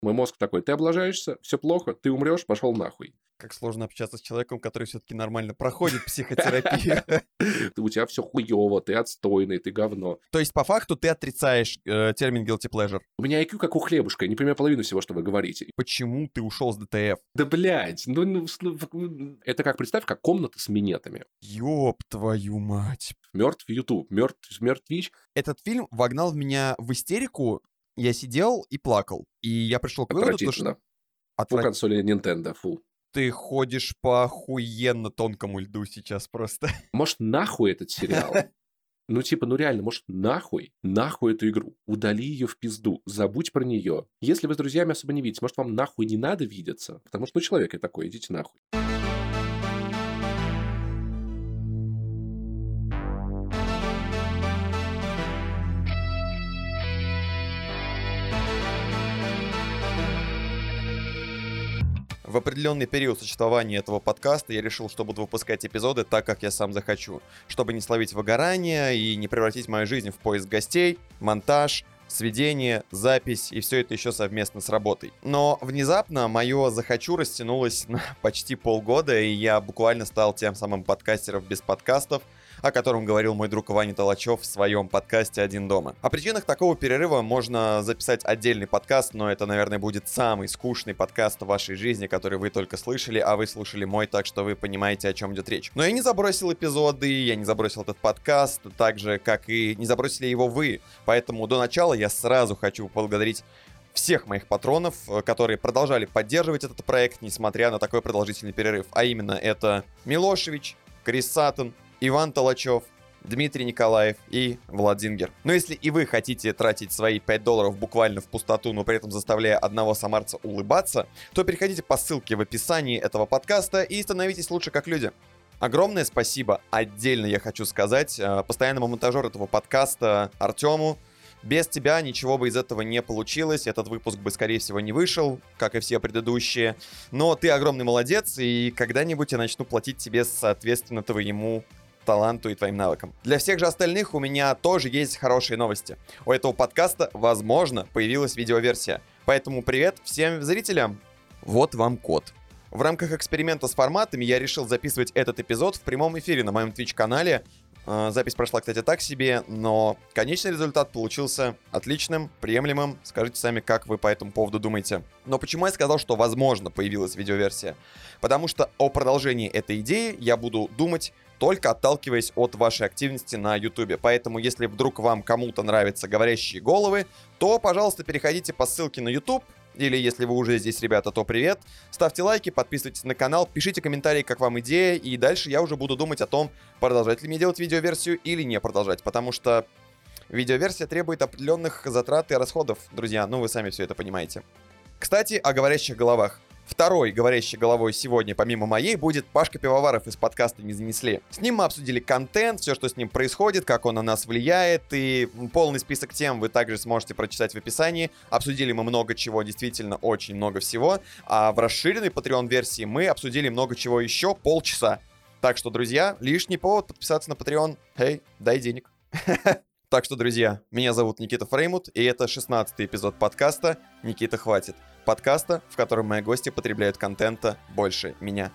Мой мозг такой: ты облажаешься, все плохо, ты умрешь, пошел нахуй. Как сложно общаться с человеком, который все-таки нормально проходит психотерапию. У тебя все хуево, ты отстойный, ты говно. То есть, по факту, ты отрицаешь термин guilty pleasure. У меня IQ как у хлебушка, я не понимаю половину всего, что вы говорите. Почему ты ушел с ДТФ? Да, блядь, это как, представь, как комната с минетами. Ёб твою мать. Мертв YouTube, мертв Twitch. Этот фильм вогнал меня в истерику. Я сидел и плакал. И я пришел к выводу, что Отвратительно. Фу, консоли Nintendo, фу. ты ходишь по охуенно тонкому льду сейчас просто. Может, нахуй этот сериал? Ну, типа, ну реально, может, нахуй эту игру. Удали ее в пизду, забудь про нее. Если вы с друзьями особо не видите, может, вам нахуй не надо видеться? Потому что, ну, человек я такой, идите нахуй. В определенный период существования этого подкаста я решил, что буду выпускать эпизоды так, как я сам захочу, чтобы не словить выгорание и не превратить мою жизнь в поиск гостей, монтаж, сведение, запись и все это еще совместно с работой. Но внезапно мое «захочу» растянулось на почти полгода, и я буквально стал тем самым подкастером без подкастов, о котором говорил мой друг Ваня Толачев в своем подкасте «Один дома». О причинах такого перерыва можно записать отдельный подкаст, но это, наверное, будет самый скучный подкаст в вашей жизни, который вы только слышали, а вы слушали мой, так что вы понимаете, о чем идет речь. Но я не забросил эпизоды, я не забросил этот подкаст, так же, как и не забросили его вы. Поэтому до начала я сразу хочу поблагодарить всех моих патронов, которые продолжали поддерживать этот проект, несмотря на такой продолжительный перерыв. А именно это Милошевич, Крис Саттон, Иван Толачев, Дмитрий Николаев и Влад Зингер. Но если и вы хотите тратить свои $5 буквально в пустоту, но при этом заставляя одного самарца улыбаться, то переходите по ссылке в описании этого подкаста и становитесь лучше как люди. Огромное спасибо отдельно я хочу сказать постоянному монтажеру этого подкаста Артему. Без тебя ничего бы из этого не получилось, этот выпуск бы, скорее всего, не вышел, как и все предыдущие. Но ты огромный молодец, и когда-нибудь я начну платить тебе соответственно твоему таланту и твоим навыкам. Для всех же остальных у меня тоже есть хорошие новости. У этого подкаста, возможно, появилась видеоверсия. Поэтому привет всем зрителям. Вот вам код. В рамках эксперимента с форматами я решил записывать этот эпизод в прямом эфире на моем Twitch-канале. Запись прошла, кстати, так себе, но конечный результат получился отличным, приемлемым. Скажите сами, как вы по этому поводу думаете. Но почему я сказал, что, возможно, появилась видеоверсия? Потому что о продолжении этой идеи я буду думать, только отталкиваясь от вашей активности на YouTube. Поэтому, если вдруг вам кому-то нравятся говорящие головы, то, пожалуйста, переходите по ссылке на YouTube. Или если вы уже здесь, ребята, то привет. Ставьте лайки, подписывайтесь на канал, пишите комментарии, как вам идея. И дальше я уже буду думать о том, продолжать ли мне делать видеоверсию или не продолжать. Потому что видеоверсия требует определенных затрат и расходов, друзья. Ну, вы сами все это понимаете. Кстати, о говорящих головах. Второй говорящей головой сегодня, помимо моей, будет Пашка Пивоваров из подкаста «Не занесли». С ним мы обсудили контент, все, что с ним происходит, как он на нас влияет, и полный список тем вы также сможете прочитать в описании. Обсудили мы много чего, действительно очень много всего, а в расширенной Patreon-версии мы обсудили много чего еще полчаса. Так что, друзья, лишний повод подписаться на Patreon. Эй, дай денег. Так что, друзья, меня зовут Никита Фреймут, и это 16-й эпизод подкаста «Никита, хватит». Подкаста, в котором мои гости потребляют контента больше меня.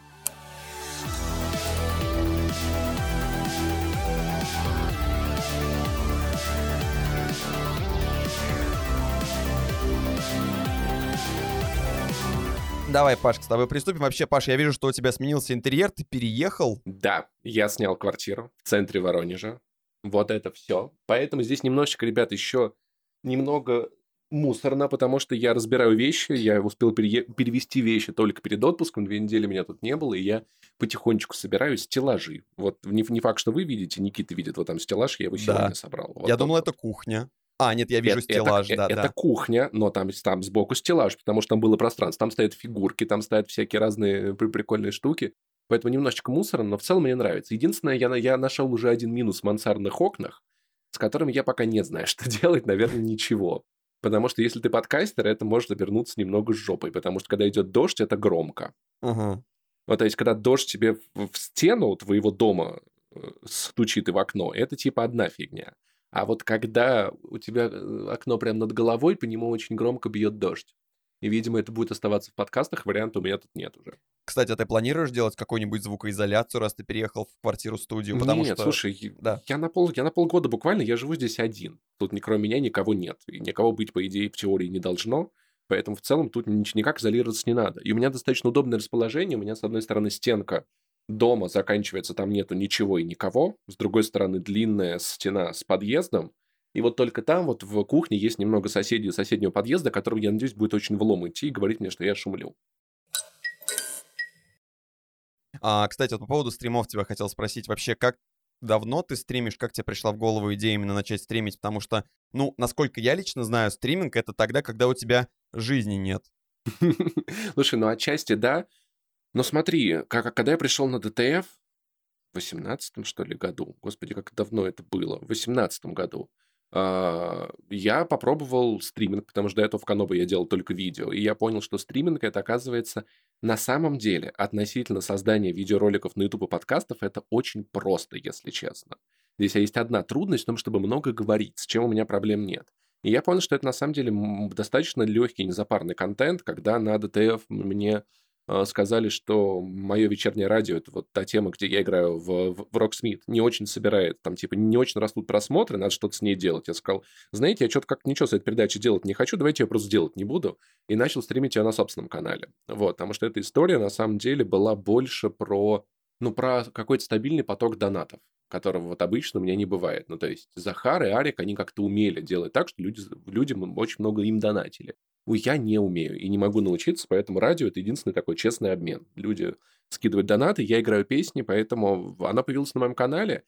Давай, Пашка, с тобой приступим. Вообще, Паш, я вижу, что у тебя сменился интерьер, ты переехал. Да, я снял квартиру в центре Воронежа. Вот это все. Поэтому здесь немножечко, ребят, еще немного мусорно, потому что я разбираю вещи, я успел перевести вещи только перед отпуском, 2 недели меня тут не было, и я потихонечку собираю стеллажи. Вот не факт, что вы видите, Никита видит вот там стеллаж, я его сегодня собрал. Вот я думал, это кухня. А, нет, я вижу стеллаж, да. Это кухня, но там сбоку стеллаж, потому что там было пространство, там стоят фигурки, там стоят всякие разные прикольные штуки. Поэтому немножечко мусорно, но в целом мне нравится. Единственное, я нашел уже один минус в мансардных окнах, с которым я пока не знаю, что делать, наверное, ничего. Потому что если ты подкастер, это может обернуться немного жопой, потому что когда идет дождь, это громко. Угу. Вот, то есть, когда дождь тебе в стену твоего дома стучит и в окно, это типа одна фигня. А вот когда у тебя окно прямо над головой, по нему очень громко бьет дождь. И, видимо, это будет оставаться в подкастах, варианта у меня тут нет уже. Кстати, а ты планируешь делать какую-нибудь звукоизоляцию, раз ты переехал в квартиру-студию? Потому Нет, что... слушай, Да. я на полгода буквально, я живу здесь один. Тут кроме меня никого нет. И никого быть, по идее, в теории не должно. Поэтому в целом тут никак изолироваться не надо. И у меня достаточно удобное расположение. У меня, с одной стороны, стенка дома заканчивается, там нету ничего и никого. С другой стороны, длинная стена с подъездом. И вот только там, вот в кухне, есть немного соседей соседнего подъезда, которым, я надеюсь, будет очень влом идти и говорить мне, что я шумлю. Кстати, вот по поводу стримов тебя хотел спросить. Вообще, как давно ты стримишь? Как тебе пришла в голову идея именно начать стримить? Потому что, ну, насколько я лично знаю, стриминг — это тогда, когда у тебя жизни нет. Слушай, ну отчасти да. Но смотри, когда я пришел на ДТФ в 18-м, что ли, году, господи, как давно это было, в 18-м году, я попробовал стриминг, потому что до этого в Канобе я делал только видео, и я понял, что стриминг это, оказывается, на самом деле относительно создания видеороликов на YouTube и подкастов это очень просто, если честно. Здесь есть одна трудность в том, чтобы много говорить, с чем у меня проблем нет. И я понял, что это на самом деле достаточно легкий, незапарный контент, когда на ДТФ мне сказали, что мое вечернее радио — это вот та тема, где я играю в Rocksmith, не очень собирает, там, типа, не очень растут просмотры, надо что-то с ней делать. Я сказал, знаете, я что-то как ничего с этой передачей делать не хочу, давайте я просто делать не буду. И начал стримить ее на собственном канале. Вот, потому что эта история, на самом деле, была больше про какой-то стабильный поток донатов, которого вот обычно у меня не бывает. Ну, то есть Захар и Арик, они как-то умели делать так, что людям очень много им донатили. Я не умею и не могу научиться, поэтому радио — это единственный такой честный обмен. Люди скидывают донаты, я играю песни, поэтому она появилась на моем канале.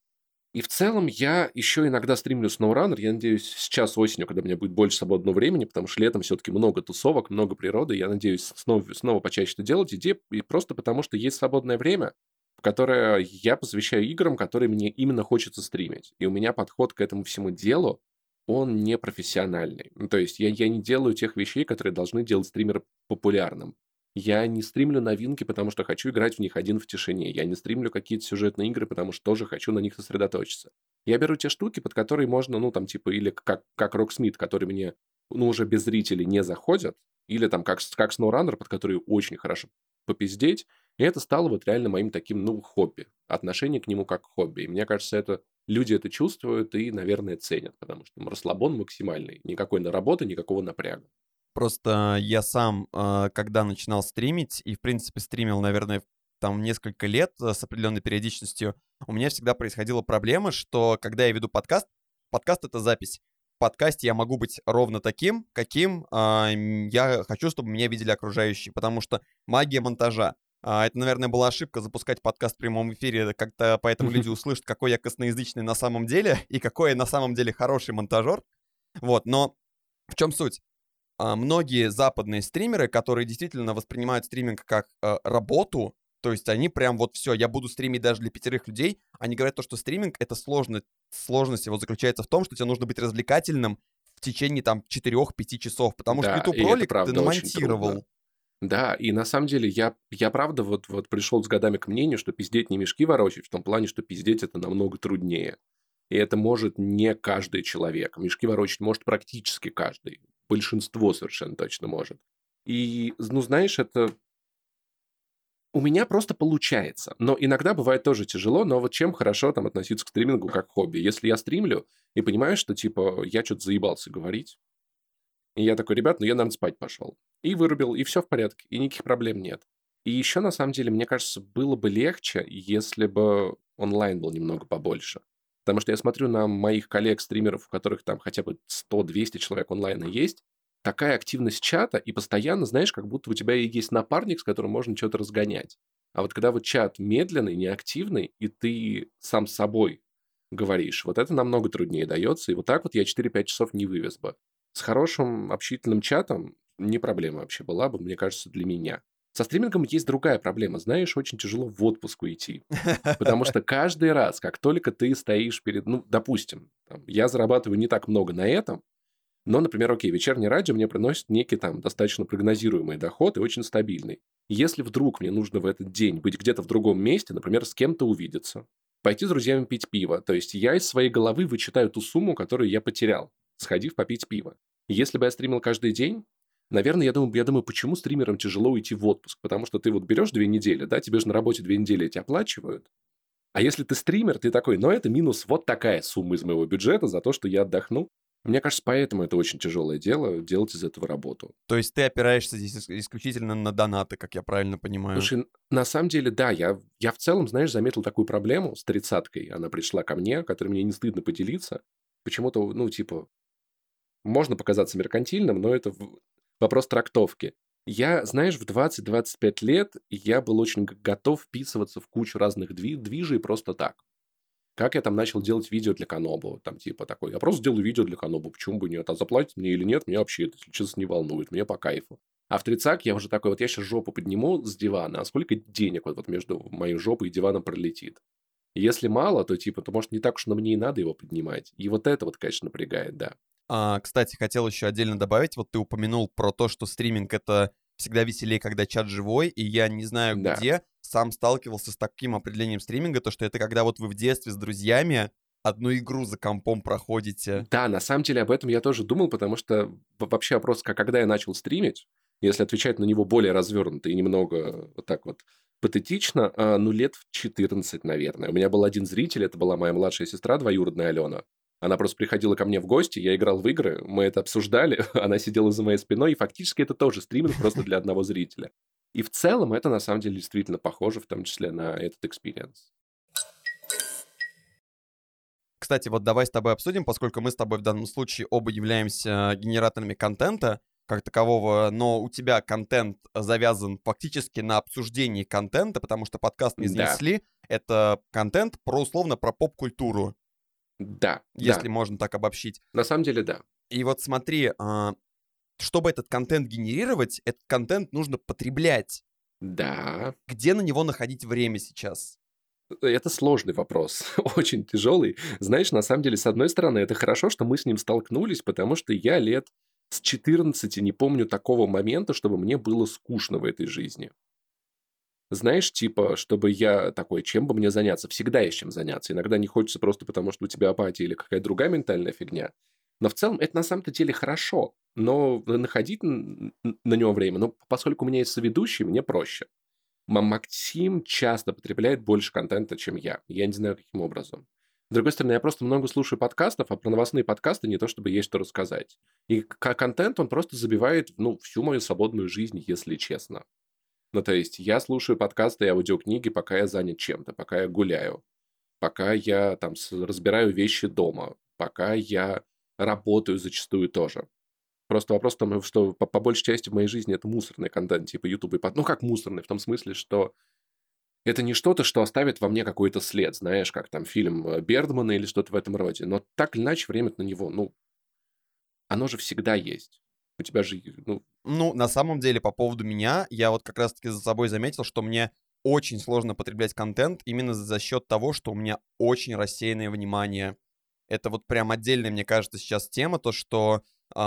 И в целом я еще иногда стримлю SnowRunner. Я надеюсь, сейчас осенью, когда у меня будет больше свободного времени, потому что летом все-таки много тусовок, много природы, я надеюсь снова почаще это делать. И просто потому, что есть свободное время, в которое я посвящаю играм, которые мне именно хочется стримить. И у меня подход к этому всему делу, он не профессиональный. Ну, то есть я не делаю тех вещей, которые должны делать стримера популярным. Я не стримлю новинки, потому что хочу играть в них один в тишине. Я не стримлю какие-то сюжетные игры, потому что тоже хочу на них сосредоточиться. Я беру те штуки, под которые можно, ну, там, типа, или как Rocksmith, который мне, ну, уже без зрителей не заходят, или там как SnowRunner, под который очень хорошо попиздеть. И это стало вот реально моим таким, ну, хобби. Отношение к нему как к хобби. И мне кажется, люди это чувствуют и, наверное, ценят, потому что расслабон максимальный. Никакой работы, никакого напряга. Просто я сам, когда начинал стримить, и, в принципе, стримил, наверное, там несколько лет с определенной периодичностью, у меня всегда происходила проблема, что когда я веду подкаст — это запись. В подкасте я могу быть ровно таким, каким я хочу, чтобы меня видели окружающие, потому что магия монтажа. Это, наверное, была ошибка запускать подкаст в прямом эфире, как-то поэтому люди услышат, какой я косноязычный на самом деле и какой я на самом деле хороший монтажер. Вот, но в чем суть? Многие западные стримеры, которые действительно воспринимают стриминг как работу, то есть они прям вот все, я буду стримить даже для 5 людей, они говорят то, что стриминг — это сложность его заключается в том, что тебе нужно быть развлекательным в течение там 4-5 часов, потому что Да, и это YouTube-ролик ты правда очень трудно. намонтировал. Да, и на самом деле я правда вот пришел с годами к мнению, что пиздеть не мешки ворочать, в том плане, что пиздеть это намного труднее. И это может не каждый человек. Мешки ворочать может практически каждый. Большинство совершенно точно может. И, ну, знаешь, это у меня просто получается. Но иногда бывает тоже тяжело, но вот чем хорошо там относиться к стримингу как к хобби? Если я стримлю и понимаю, что, типа, я что-то заебался говорить, и я такой, ребят, ну я, наверное, спать пошел. И вырубил, и все в порядке, и никаких проблем нет. И еще, на самом деле, мне кажется, было бы легче, если бы онлайн был немного побольше. Потому что я смотрю на моих коллег-стримеров, у которых там хотя бы 100-200 человек онлайна есть, такая активность чата, и постоянно, знаешь, как будто у тебя есть напарник, с которым можно что-то разгонять. А вот когда вот чат медленный, неактивный, и ты сам с собой говоришь, вот это намного труднее дается, и вот так вот я 4-5 часов не вывез бы. С хорошим общительным чатом не проблема вообще была бы, мне кажется, для меня. Со стримингом есть другая проблема. Знаешь, очень тяжело в отпуск уйти. Потому что каждый раз, как только ты стоишь перед... Ну, допустим, я зарабатываю не так много на этом, но, например, окей, вечернее радио мне приносит некий там достаточно прогнозируемый доход и очень стабильный. Если вдруг мне нужно в этот день быть где-то в другом месте, например, с кем-то увидеться, пойти с друзьями пить пиво, то есть я из своей головы вычитаю ту сумму, которую я потерял, сходив попить пиво. Если бы я стримил каждый день, Наверное, я думаю, почему стримерам тяжело уйти в отпуск? Потому что ты вот берешь 2 недели, да, тебе же на работе 2 недели эти оплачивают. А если ты стример, ты такой: "Но это минус вот такая сумма из моего бюджета за то, что я отдохну". Мне кажется, поэтому это очень тяжелое дело- делать из этого работу. То есть ты опираешься здесь исключительно на донаты, как я правильно понимаю? Слушай, на самом деле, да, я в целом, знаешь, заметил такую проблему с тридцаткой. Она пришла ко мне, которой мне не стыдно поделиться. Почему-то, ну, типа, можно показаться меркантильным, но это вопрос трактовки. Я, знаешь, в 20-25 лет я был очень готов вписываться в кучу разных движей просто так. Как я там начал делать видео для Канобу, там типа такой, я просто сделаю видео для Канобу, почему бы нет, а заплатить мне или нет, меня вообще это, если честно, не волнует, мне по кайфу. А в тридцак я уже такой, вот я сейчас жопу подниму с дивана, а сколько денег вот между моей жопой и диваном пролетит? Если мало, то типа, то может не так уж на мне и надо его поднимать. И вот это вот, конечно, напрягает, да. Кстати, хотел еще отдельно добавить, вот ты упомянул про то, что стриминг — это всегда веселее, когда чат живой, и я не знаю, Да. где сам сталкивался с таким определением стриминга, то, что это когда вот вы в детстве с друзьями одну игру за компом проходите. Да, на самом деле об этом я тоже думал, потому что вообще вопрос, когда я начал стримить, если отвечать на него более развернуто и немного вот так вот патетично, ну, лет в 14, наверное. У меня был один зритель, это была моя младшая сестра, двоюродная Алена. Она просто приходила ко мне в гости, я играл в игры, мы это обсуждали, она сидела за моей спиной, и фактически это тоже стриминг просто для одного зрителя. И в целом это на самом деле действительно похоже, в том числе на этот экспириенс. Кстати, вот давай с тобой обсудим, поскольку мы с тобой в данном случае оба являемся генераторами контента как такового, но у тебя контент завязан фактически на обсуждении контента, потому что подкаст «Не Да, занесли» — это контент про, условно, про поп-культуру, да, если да. можно так обобщить. На самом деле, да. И вот смотри, чтобы этот контент генерировать, этот контент нужно потреблять. Да, Где на него находить время сейчас? это сложный вопрос, очень тяжелый. Знаешь, на самом деле, с одной стороны, это хорошо, что мы с ним столкнулись, потому что я лет с 14 не помню такого момента, чтобы мне было скучно в этой жизни. Знаешь, типа, чтобы я такой, чем бы мне заняться? Всегда есть чем заняться. Иногда не хочется просто потому, что у тебя апатия или какая-то другая ментальная фигня. Но в целом это на самом-то деле хорошо. Но находить на него время, ну, поскольку у меня есть соведущий, мне проще. Максим часто потребляет больше контента, чем я. Я не знаю, каким образом. С другой стороны, я просто много слушаю подкастов, а про новостные подкасты не то, чтобы есть что рассказать. И контент, он просто забивает, ну, всю мою свободную жизнь, если честно. Ну, то есть я слушаю подкасты и аудиокниги, пока я занят чем-то, пока я гуляю, пока я там разбираю вещи дома, пока я работаю зачастую тоже. Просто вопрос в том, что по большей части в моей жизни это мусорный контент, типа YouTube и ну, как мусорный, в том смысле, что это не что-то, что оставит во мне какой-то след, знаешь, как там фильм Бердмана или что-то в этом роде. Но так или иначе, время на него, ну, оно же всегда есть. У тебя же, ну, Ну, на самом деле, по поводу меня, я вот как раз-таки за собой заметил, что мне очень сложно потреблять контент именно за счет того, что у меня очень рассеянное внимание. Это вот прям отдельная, мне кажется, сейчас тема, то, что,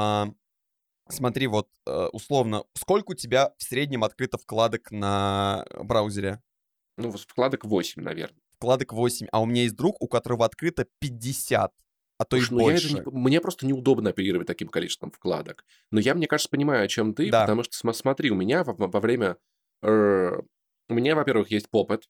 смотри, вот условно, сколько у тебя в среднем открыто вкладок на браузере? ну, вкладок 8, наверное. Вкладок 8, а у меня есть друг, у которого открыто 50, а то и Слушай, ну я это не... больше. Мне просто неудобно оперировать таким количеством вкладок. Но я, мне кажется, понимаю, о чем ты, Да. потому что, смотри, у меня во время... у меня, во-первых, есть попыт.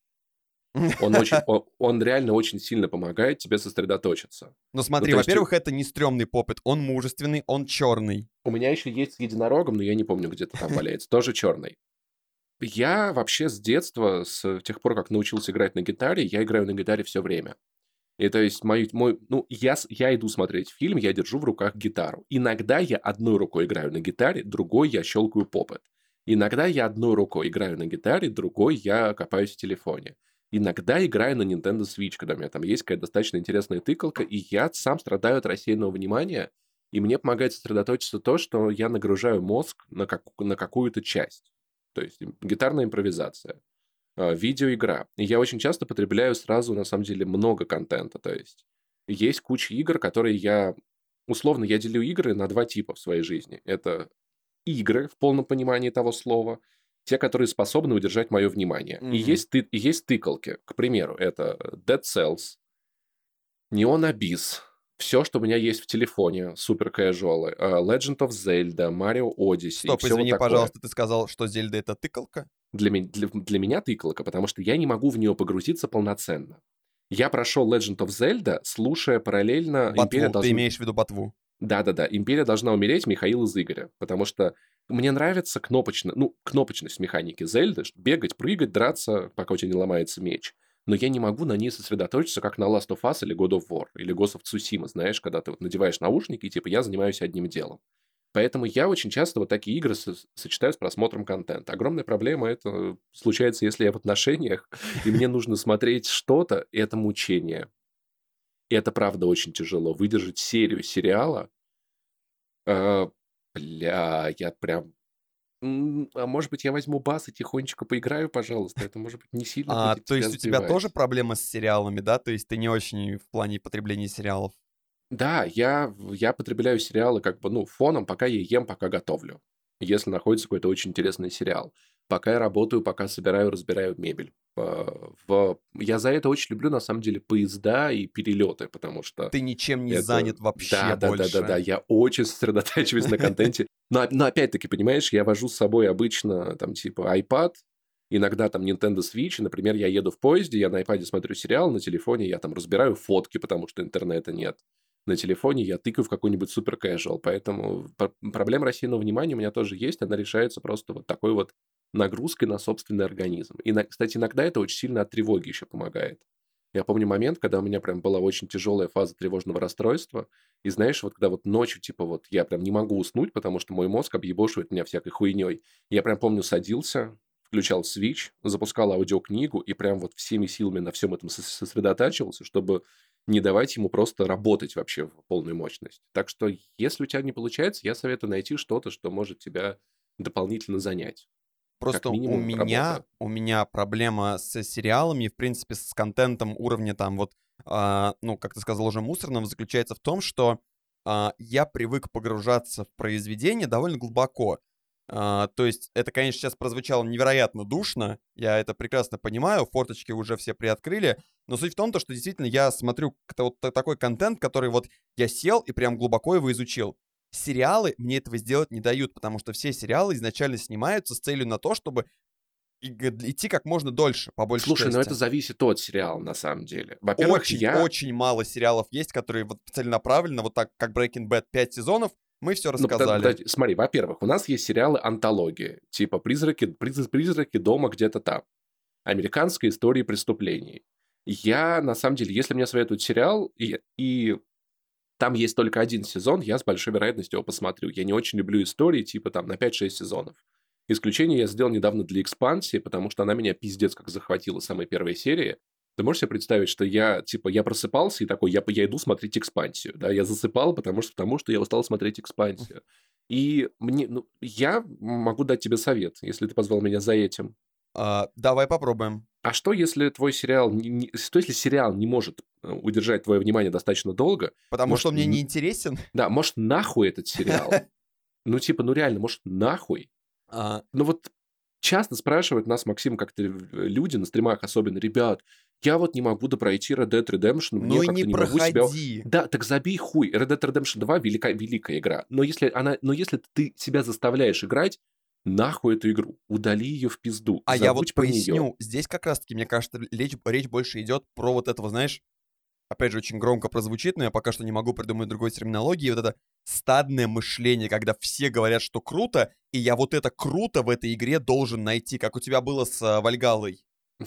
Он реально очень сильно помогает тебе сосредоточиться. Ну Ну, смотри, то есть во-первых, это не стрёмный попыт, он мужественный, он черный. у меня еще есть с единорогом, но я не помню, где-то там валяется, тоже черный. Я вообще с детства, с тех пор, как научился играть на гитаре, я играю на гитаре все время. И то есть ну, я иду смотреть фильм, я держу в руках гитару. Иногда я одной рукой играю на гитаре, другой я щелкаю попыт. Иногда я одной рукой играю на гитаре, другой я копаюсь в телефоне. Иногда играю на Nintendo Switch, когда у меня там есть какая-то достаточно интересная тыкалка, и я сам страдаю от рассеянного внимания, и мне помогает сосредоточиться то, что я нагружаю мозг на какую-то часть. То есть гитарная импровизация, видеоигра. И я очень часто потребляю сразу, на самом деле, много контента. То есть куча игр, которые я... Условно, я делю игры на два типа в своей жизни. Это игры в полном понимании того слова, те, которые способны удержать мое внимание. И Мгм. есть тыкалки. К примеру, это Dead Cells, Neon Abyss, Все, что у меня есть в телефоне, супер casual, Legend of Zelda, Mario Odyssey и Стоп, все вот извини, такое. пожалуйста, ты сказал, что Зельда — это тыкалка? Для меня тыкалка, потому что я не могу в нее погрузиться полноценно. Я прошел Legend of Zelda, слушая параллельно «Империя Ботву. Ты должна...» имеешь в виду ботву? Да-да-да, «Империя должна умереть» Михаил из Игоря, потому что мне нравится кнопочность механики Зельды, бегать, прыгать, драться, пока у тебя не ломается меч. Но я не могу на ней сосредоточиться, как на Last of Us или God of War, или Ghost of Tsushima, знаешь, когда ты вот надеваешь наушники, и типа я занимаюсь одним делом. Поэтому я очень часто вот такие игры сочетаю с просмотром контента. Огромная проблема это случается, если я в отношениях, и мне нужно смотреть что-то, и это мучение. И это правда очень тяжело. Выдержать серию сериала, а, я прям... А может быть, я возьму бас и тихонечко поиграю, пожалуйста? Это, может быть, не сильно будет То тебя есть у тебя тоже сбивать. проблема с сериалами, да? То есть ты не очень в плане потребления сериалов? Да, я потребляю сериалы как бы, фоном, пока я ем, пока готовлю. Если находится какой-то очень интересный сериал. Пока я работаю, пока собираю, разбираю мебель. Я за это очень люблю, на самом деле, поезда и перелеты, потому что Ты ничем не это... занят вообще Да, да, да, да, да, больше. я очень сосредотачиваюсь на контенте. Но опять-таки, понимаешь, я вожу с собой обычно там типа iPad, иногда там Nintendo Switch, и, например, я еду в поезде, я на iPad смотрю сериал, на телефоне я там разбираю фотки, потому что интернета нет. На телефоне я тыкаю в какой-нибудь супер casual, поэтому проблема рассеянного внимания у меня тоже есть, она решается просто вот такой вот нагрузкой на собственный организм. И, кстати, иногда это очень сильно от тревоги еще помогает. Я помню момент, когда у меня прям была очень тяжелая фаза тревожного расстройства, и знаешь, вот когда вот ночью, типа вот я прям не могу уснуть, потому что мой мозг объебошивает меня всякой хуйней. Я прям помню, садился, включал Switch, запускал аудиокнигу и прям вот всеми силами на всем этом сосредотачивался, чтобы не давать ему просто работать вообще в полную мощность. Так что, если у тебя не получается, я советую найти что-то, что может тебя дополнительно занять. Как Просто у минимум, меня, работа. у меня проблема с сериалами, в принципе, с контентом уровня там вот, ну, как ты сказал, уже мусорным, заключается в том, что я привык погружаться в произведение довольно глубоко. То есть это, конечно, сейчас прозвучало невероятно душно, я это прекрасно понимаю, форточки уже все приоткрыли, но суть в том, что действительно я смотрю вот такой контент, который вот я сел и прям глубоко его изучил. Сериалы мне этого сделать не дают, потому что все сериалы изначально снимаются с целью на то, чтобы идти как можно дольше, по большей Слушай, ну это части. зависит от сериала, на самом деле. Во-первых, Очень-очень мало сериалов есть, которые вот целенаправленно, вот так, как Breaking Bad, 5 сезонов, мы все рассказали. Подожди, смотри, во-первых, у нас есть сериалы антологии, типа «Призраки дома где-то там», «Американская история преступлений». Я, на самом деле, если мне советуют сериал, и там есть только один сезон, я с большой вероятностью его посмотрю. Я не очень люблю истории, типа там на 5-6 сезонов. Исключение я сделал недавно для «Экспансии», потому что она меня пиздец как захватила самой первой серии. Ты можешь себе представить, что я просыпался и такой, я иду смотреть «Экспансию», да, я засыпал, потому что я устал смотреть «Экспансию». И я могу дать тебе совет, если ты позвал меня за этим. Давай попробуем. А что, если твой сериал, что если сериал не может удержать твое внимание достаточно долго? Потому Может, что он мне не интересен. да, может, нахуй этот сериал? Реально, может, нахуй? А, Ну вот часто спрашивают нас, Максим, как-то люди на стримах особенно, ребят, я вот не могу допройти Red Dead Redemption, Ну мне и не как-то не могу себя... проходи. Да, так забей хуй, Red Dead Redemption 2 великая игра, но если ты себя заставляешь играть, нахуй эту игру, удали ее в пизду, А я вот забудь про нее. поясню, здесь как раз-таки, мне кажется, речь больше идет про вот этого, знаешь, опять же, очень громко прозвучит, но я пока что не могу придумать другой терминологии, вот это стадное мышление, когда все говорят, что круто, и я вот это круто в этой игре должен найти, как у тебя было с Вальгалой.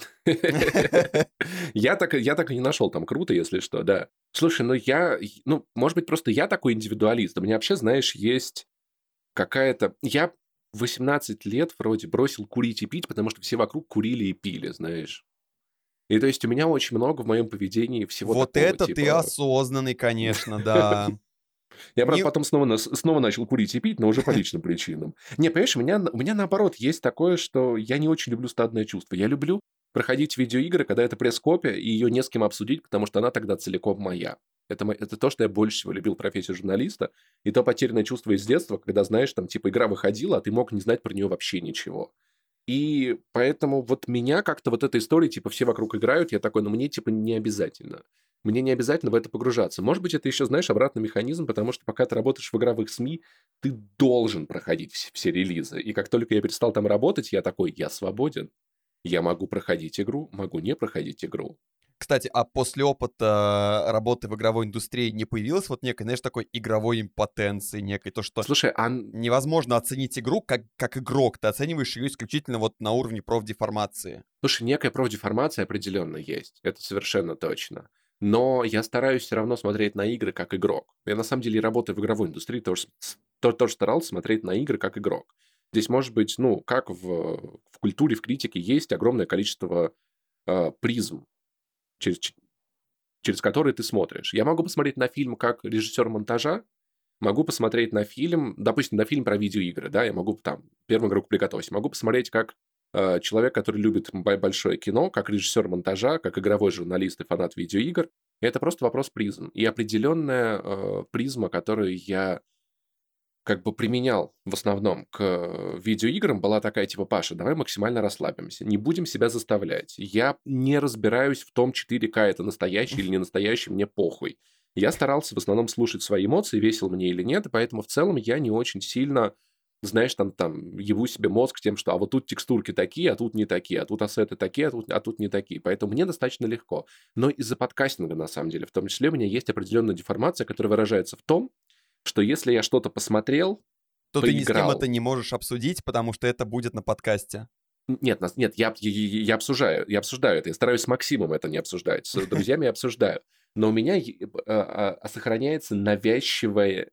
Я так и не нашел там круто, если что, да. Слушай, может быть, просто я такой индивидуалист. У меня вообще, знаешь, есть какая-то... Я в 18 лет вроде бросил курить и пить, потому что все вокруг курили и пили, знаешь. И то есть у меня очень много в моем поведении всего Вот такого, это ты типа... осознанный, конечно, да. Я, правда, Не... потом снова начал курить и пить, но уже по личным причинам. Не, понимаешь, у меня наоборот есть такое, что я не очень люблю стадное чувство. Я люблю проходить видеоигры, когда это пресс-копия, и ее не с кем обсудить, потому что она тогда целиком моя. Это то, что я больше всего любил в профессии журналиста, и то потерянное чувство из детства, когда, знаешь, там, типа, игра выходила, а ты мог не знать про нее вообще ничего. И поэтому вот меня как-то вот эта история, типа, все вокруг играют, я такой, ну, мне, типа, не обязательно. Мне не обязательно в это погружаться. Может быть, это еще, знаешь, обратный механизм, потому что пока ты работаешь в игровых СМИ, ты должен проходить все релизы. И как только я перестал там работать, я такой, я свободен. Я могу проходить игру, могу не проходить игру. Кстати, а после опыта работы в игровой индустрии не появилось вот некой, знаешь, такой игровой импотенции некой, то, что Слушай, невозможно оценить игру как игрок, ты оцениваешь ее исключительно вот на уровне профдеформации. слушай, некая профдеформация определенно есть. Это совершенно точно. Но я стараюсь все равно смотреть на игры как игрок. Я на самом деле, работая в игровой индустрии, тоже старался смотреть на игры как игрок. Здесь, может быть, ну, как в культуре, в критике, есть огромное количество призм, через, через которые ты смотришь. Я могу посмотреть на фильм как режиссер монтажа, могу посмотреть на фильм, допустим, на фильм про видеоигры, да, я могу там первую игру приготовить, могу посмотреть как человек, который любит большое кино, как режиссер монтажа, как игровой журналист и фанат видеоигр. Это просто вопрос призм. И определенная призма, которую я как бы применял в основном к видеоиграм, была такая, типа, Паша, давай максимально расслабимся, не будем себя заставлять. Я не разбираюсь в том, 4К это настоящий или не настоящий, мне похуй. Я старался в основном слушать свои эмоции, весело мне или нет, и поэтому в целом я не очень сильно, знаешь, там ебу себе мозг тем, что а вот тут текстурки такие, а тут не такие, а тут ассеты такие, а тут не такие. Поэтому мне достаточно легко. Но из-за подкастинга, на самом деле, в том числе, у меня есть определенная деформация, которая выражается в том, что если я что-то посмотрел, То ты ни с кем это поиграл... не можешь обсудить, потому что это будет на подкасте. Нет, я обсуждаю это. Я стараюсь с Максимом это не обсуждать. С друзьями я обсуждаю. Но у меня сохраняется навязчивое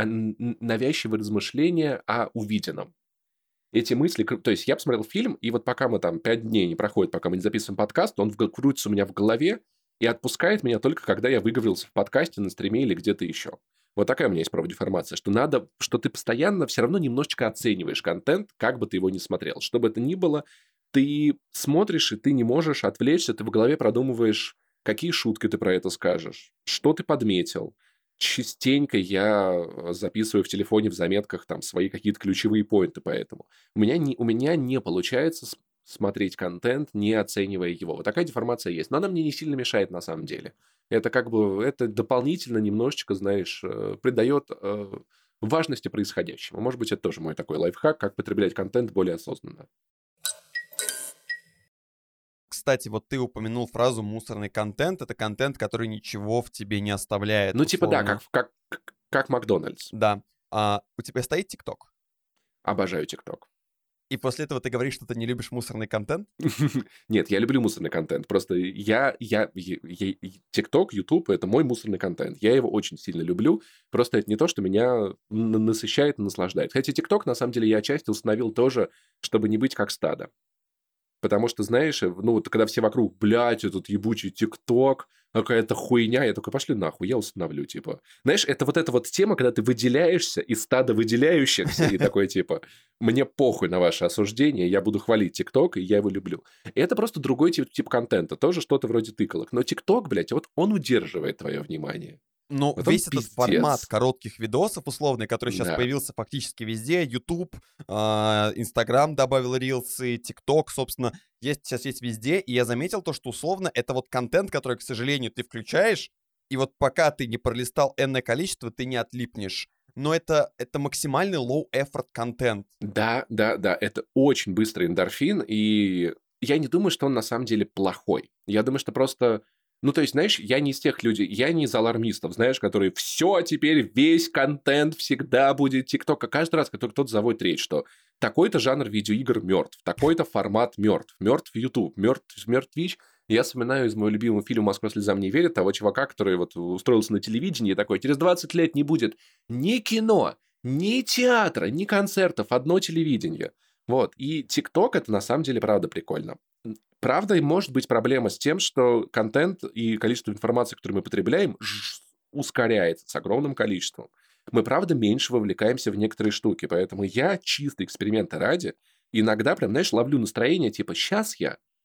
размышление о увиденном. Эти мысли... То есть я посмотрел фильм, и вот пока мы там 5 дней не проходит, пока мы не записываем подкаст, он крутится у меня в голове и отпускает меня только когда я выговорился в подкасте, на стриме или где-то еще. Вот такая у меня есть профдеформация, что надо, что ты постоянно все равно немножечко оцениваешь контент, как бы ты его ни смотрел. Что бы это ни было, ты смотришь, и ты не можешь отвлечься, ты в голове продумываешь, какие шутки ты про это скажешь, что ты подметил. Частенько я записываю в телефоне в заметках там свои какие-то ключевые поинты по этому. У меня не получается смотреть контент, не оценивая его. Вот такая деформация есть. Но она мне не сильно мешает на самом деле. Это как бы, это дополнительно немножечко, знаешь, придает важности происходящему. Может быть, это тоже мой такой лайфхак, как потреблять контент более осознанно. Кстати, вот ты упомянул фразу «мусорный контент». Это контент, который ничего в тебе не оставляет, Ну, типа, да, условно. как Макдональдс. Да. А у тебя стоит ТикТок? Обожаю ТикТок. И после этого ты говоришь, что ты не любишь мусорный контент? Нет, я люблю мусорный контент. Просто ТикТок, Ютуб — это мой мусорный контент. Я его очень сильно люблю. Просто это не то, что меня насыщает и наслаждает. Хотя ТикТок, на самом деле, я отчасти установил тоже, чтобы не быть как стадо. Потому что, знаешь, ну, вот когда все вокруг, блядь, этот ебучий ТикТок, какая-то хуйня, я такой, пошли нахуй, я установлю, типа. Знаешь, это вот тема, когда ты выделяешься из стада выделяющихся, и такой, типа, мне похуй на ваше осуждение, я буду хвалить ТикТок, и я его люблю. И это просто другой тип контента, тоже что-то вроде тыкалок. Но ТикТок, блядь, вот он удерживает твое внимание. Но Вот он весь этот формат пиздец. коротких видосов условный, который сейчас Да. появился фактически везде, YouTube, Instagram добавил рилсы, TikTok, собственно, сейчас есть везде, и я заметил то, что условно это вот контент, который, к сожалению, ты включаешь, и вот пока ты не пролистал энное количество, ты не отлипнешь. Но это максимальный low-effort контент. Да, это очень быстрый эндорфин, и я не думаю, что он на самом деле плохой. Я думаю, что просто... Ну, то есть, знаешь, я не из тех людей, я не из алармистов, знаешь, которые все, теперь весь контент всегда будет ТикТок. А каждый раз, который кто-то заводит речь, что такой-то жанр видеоигр мертв, такой-то формат мертв, мертв YouTube, мертв Twitch. Я вспоминаю из моего любимого фильма «Москва слезам не верит» того чувака, который вот устроился на телевидении и такой, через 20 лет не будет ни кино, ни театра, ни концертов, одно телевидение. Вот. И ТикТок — это на самом деле правда прикольно. Правда, может быть проблема с тем, что контент и количество информации, которую мы потребляем, ускоряется с огромным количеством. Мы, правда, меньше вовлекаемся в некоторые штуки. Поэтому я чисто эксперимента ради иногда прям, знаешь, ловлю настроение, типа, сейчас я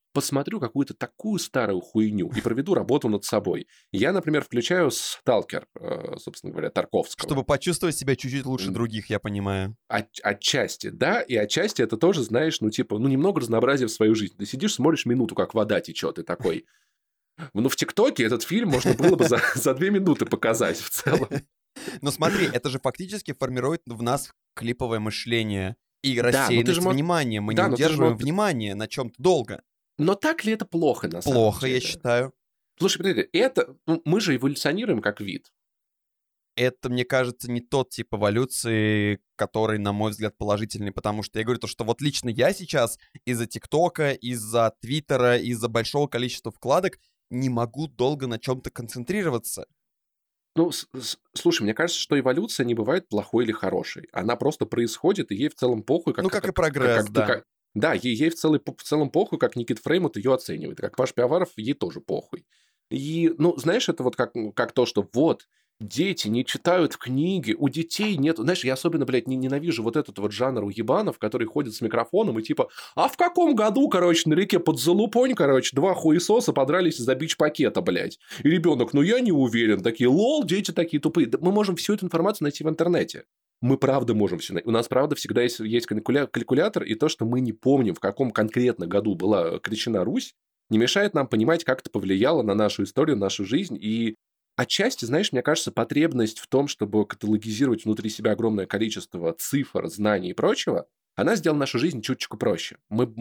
посмотрю какую-то такую старую хуйню и проведу работу над собой. Я, например, включаю «Сталкер», собственно говоря, Тарковского. Чтобы почувствовать себя чуть-чуть лучше М. других, я понимаю. Отчасти, да, и отчасти это тоже, знаешь, ну, типа, ну, немного разнообразия в свою жизнь. Ты сидишь, смотришь минуту, как вода течет, и такой... Ну, в ТикТоке этот фильм можно было бы за 2 минуты показать в целом. Но смотри, это же фактически формирует в нас клиповое мышление и Да, но ты рассеянность же можешь... внимания. Мы не Да, но ты же удерживаем можешь... внимание на чем-то долго. Но так ли это плохо, на самом Плохо, я деле? считаю. Слушай, подожди, это... ну, мы же эволюционируем как вид. Это, мне кажется, не тот тип эволюции, который, на мой взгляд, положительный, потому что я говорю то, что вот лично я сейчас из-за ТикТока, из-за Твиттера, из-за большого количества вкладок не могу долго на чем-то концентрироваться. Ну, слушай, мне кажется, что эволюция не бывает плохой или хорошей. Она просто происходит, и ей в целом похуй, Ну, как и прогресс, да. Да, ей в целом похуй, как Никит Фреймут ее оценивает, как Паш Пиаваров, ей тоже похуй. И, ну, знаешь, это вот как то, что вот, дети не читают книги, у детей нет... Знаешь, я особенно, блядь, ненавижу вот этот вот жанр уебанов, которые ходят с микрофоном и типа, а в каком году, короче, на реке Подзалупонь, короче, 2 хуесоса подрались из-за бич-пакета, блядь. И ребенок, ну я не уверен. Такие, лол, дети такие тупые. Да мы можем всю эту информацию найти в интернете. Мы правда можем все найти. У нас правда всегда есть калькулятор, и то, что мы не помним, в каком конкретно году была крещена Русь, не мешает нам понимать, как это повлияло на нашу историю, нашу жизнь. И отчасти, знаешь, мне кажется, потребность в том, чтобы каталогизировать внутри себя огромное количество цифр, знаний и прочего, она сделала нашу жизнь чуточку проще.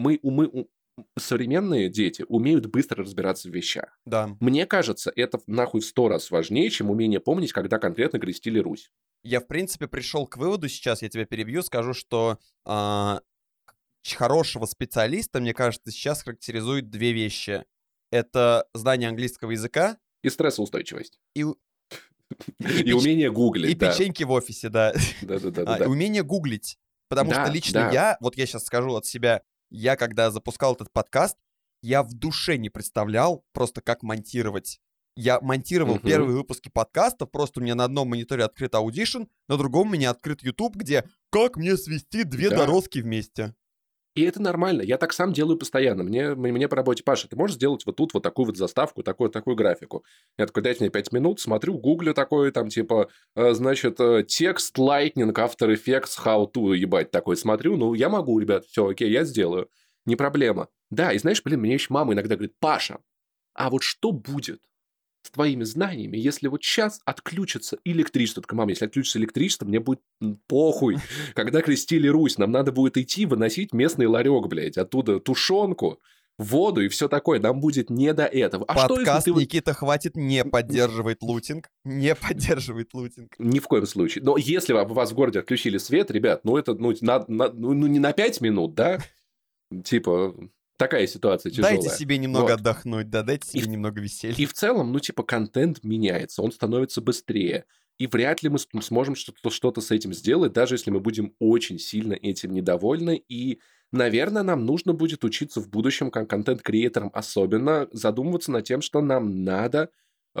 Современные дети умеют быстро разбираться в вещах. Да. Мне кажется, это нахуй в 100 раз важнее, чем умение помнить, когда конкретно крестили Русь. Я, в принципе, пришел к выводу сейчас, я тебя перебью, скажу, что хорошего специалиста, мне кажется, сейчас характеризует 2 вещи. Это знание английского языка И стрессоустойчивость. и И умение гуглить, и да. печеньки в офисе, да. И Да-да-да. умение гуглить. Потому что Да, лично да. я, вот я сейчас скажу от себя, я когда запускал этот подкаст, я в душе не представлял просто, как монтировать. Я монтировал Мгм. первые выпуски подкастов, просто у меня на одном мониторе открыт Audition, на другом у меня открыт YouTube, где «Как мне свести 2 Да. дорожки вместе?» И это нормально. Я так сам делаю постоянно. Мне по работе: Паша, ты можешь сделать вот тут вот такую вот заставку, такую графику? Я такой: дайте мне 5 минут, смотрю, гуглю такой, там типа, значит, текст, Lightning, After Effects, how to, ебать, такой смотрю. Ну, я могу, ребят, все, окей, я сделаю. Не проблема. Да, и знаешь, блин, мне еще мама иногда говорит: Паша, а вот что будет с твоими знаниями, если вот сейчас отключится электричество? Только, мама, если отключится электричество, мне будет похуй. Когда крестили Русь, нам надо будет идти выносить местный ларек, блядь, оттуда тушенку, воду и все такое. Нам будет не до этого. А что, если Подкаст ты... Никита Хватит не поддерживает лутинг. Не поддерживает лутинг. Ни в коем случае. Но если у вас в городе отключили свет, ребят, ну это не на 5 минут, да? Типа, такая ситуация тяжелая. Дайте себе немного Вот. отдохнуть, да, дайте себе немного веселья. И в целом, ну, типа, контент меняется, он становится быстрее. И вряд ли мы сможем что-то с этим сделать, даже если мы будем очень сильно этим недовольны. И, наверное, нам нужно будет учиться в будущем, как контент-креаторам особенно, задумываться над тем, что нам надо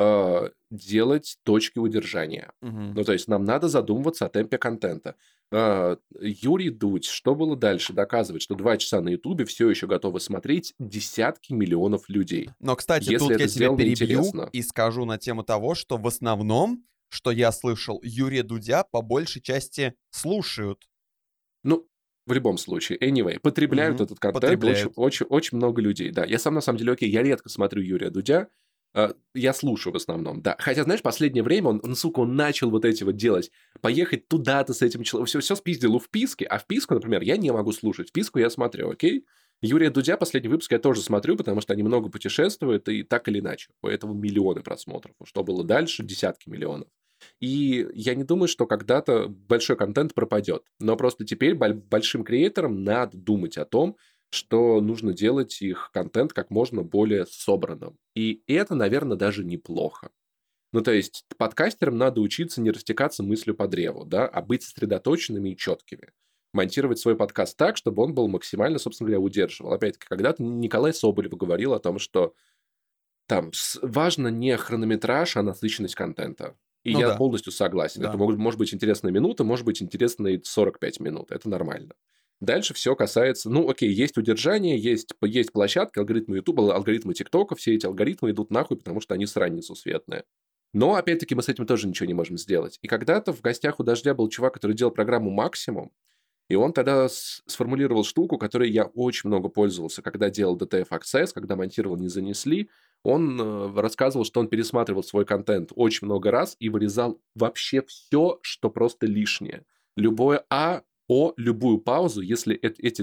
делать точки удержания. Мгм. Ну, то есть, нам надо задумываться о темпе контента. Юрий Дудь, что было дальше? Доказывает, что 2 часа на Ютубе все еще готовы смотреть десятки миллионов людей. Но, кстати, Если тут это я тебя сделано перебью интересно. и скажу на тему того, что в основном, что я слышал, Юрия Дудя по большей части слушают. Ну, в любом случае, anyway, потребляют Мгм. этот контент Потребляют. очень много людей, да. Я сам, на самом деле, окей, я редко смотрю Юрия Дудя, я слушаю в основном, да. Хотя, знаешь, последнее время он начал вот эти вот делать, поехать туда-то с этим человеком, все спиздил в Писке, а в Писку, например, я не могу слушать, в Писку я смотрю, окей? Юрия Дудя последний выпуск я тоже смотрю, потому что они много путешествуют, и так или иначе. Поэтому миллионы просмотров. Что было дальше? Десятки миллионов. И я не думаю, что когда-то большой контент пропадет. Но просто теперь большим креаторам надо думать о том, что нужно делать их контент как можно более собранным. И это, наверное, даже неплохо. Ну, то есть, подкастерам надо учиться не растекаться мыслью по древу, да, а быть сосредоточенными и четкими. Монтировать свой подкаст так, чтобы он был максимально, собственно говоря, удерживал. Опять-таки, когда-то Николай Соболев говорил о том, что там важно не хронометраж, а насыщенность контента. И Ну я да. полностью согласен. Да. Это может быть интересная минута, может быть интересные 45 минут. Это нормально. Дальше все касается, ну, окей, есть удержание, есть площадка, алгоритмы Ютуба, алгоритмы ТикТока, все эти алгоритмы идут нахуй, потому что они срань несусветная. Но, опять-таки, мы с этим тоже ничего не можем сделать. И когда-то в гостях у Дождя был чувак, который делал программу «Максимум», и он тогда сформулировал штуку, которой я очень много пользовался, когда делал DTF Access, когда монтировал «Не занесли». Он рассказывал, что он пересматривал свой контент очень много раз и вырезал вообще все, что просто лишнее. Любое «а», «о», любую паузу, если эти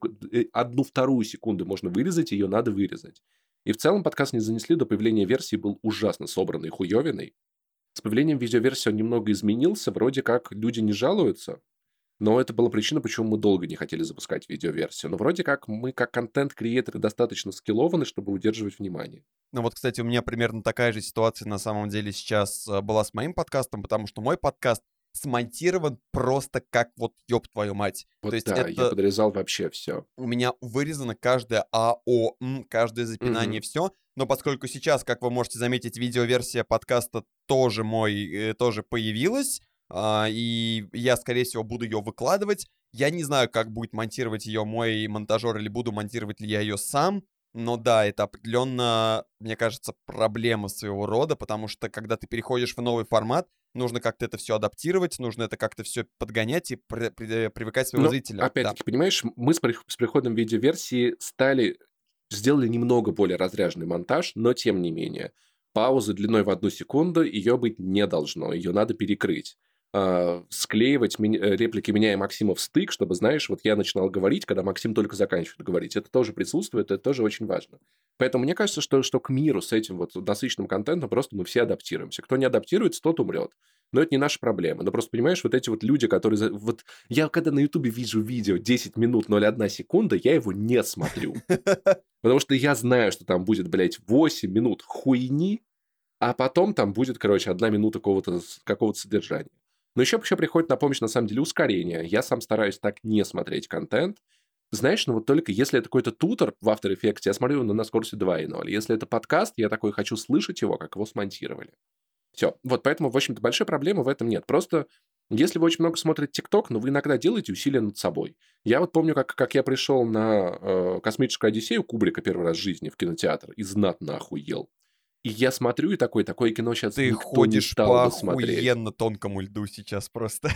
1/2 секунды можно вырезать, ее надо вырезать. И в целом подкаст «Не занесли» до появления версии был ужасно собранный, хуёвиной. С появлением видеоверсии он немного изменился, вроде как люди не жалуются, но это была причина, почему мы долго не хотели запускать видеоверсию. Но вроде как мы, как контент-креаторы, достаточно скиллованы, чтобы удерживать внимание. Ну вот, кстати, у меня примерно такая же ситуация на самом деле сейчас была с моим подкастом, потому что мой подкаст смонтирован просто как вот ёб твою мать. Вот То есть да, я это подрезал вообще все. у меня вырезано каждое а, о, м, каждое запинание, все. Но поскольку сейчас, как вы можете заметить, видеоверсия подкаста тоже появилась, и я, скорее всего, буду ее выкладывать. Я не знаю, как будет монтировать ее мой монтажер или буду монтировать ли я ее сам. Но да, это определенно, мне кажется, проблема своего рода, потому что когда ты переходишь в новый формат, нужно как-то это все адаптировать, нужно это как-то все подгонять и привыкать своего Но, зрителя. Да. опять-таки, понимаешь, мы с приходом видеоверсии сделали немного более разряженный монтаж, но тем не менее. Паузы длиной в 1 секунду ее быть не должно, ее надо перекрыть. Склеивать реплики меня и Максима в стык, чтобы, знаешь, вот я начинал говорить, когда Максим только заканчивает говорить. Это тоже присутствует, это тоже очень важно. Поэтому мне кажется, что к миру с этим вот насыщенным контентом просто мы все адаптируемся. Кто не адаптируется, тот умрет. Но это не наша проблема. Но просто, понимаешь, вот эти вот люди, которые... Вот я когда на Ютубе вижу видео 10 минут 0,1 секунда, я его не смотрю. Потому что я знаю, что там будет, блядь, 8 минут хуйни, а потом там будет, короче, 1 минута какого-то содержания. Но еще приходит на помощь, на самом деле, ускорение. Я сам стараюсь так не смотреть контент. Знаешь, ну вот только если это какой-то тутор в After Effects, я смотрю на скорости 2.0. Если это подкаст, я такой хочу слышать его, как его смонтировали. Все. Вот поэтому, в общем-то, большой проблемы в этом нет. Просто если вы очень много смотрите ТикТок, но вы иногда делаете усилия над собой. Я вот помню, как я пришел на «Космическую Одиссею» Кубрика первый раз в жизни в кинотеатр и знатно охуел. И я смотрю, и такое кино сейчас Ты никто не ходишь стал по бы смотреть. охуенно тонкому льду сейчас просто.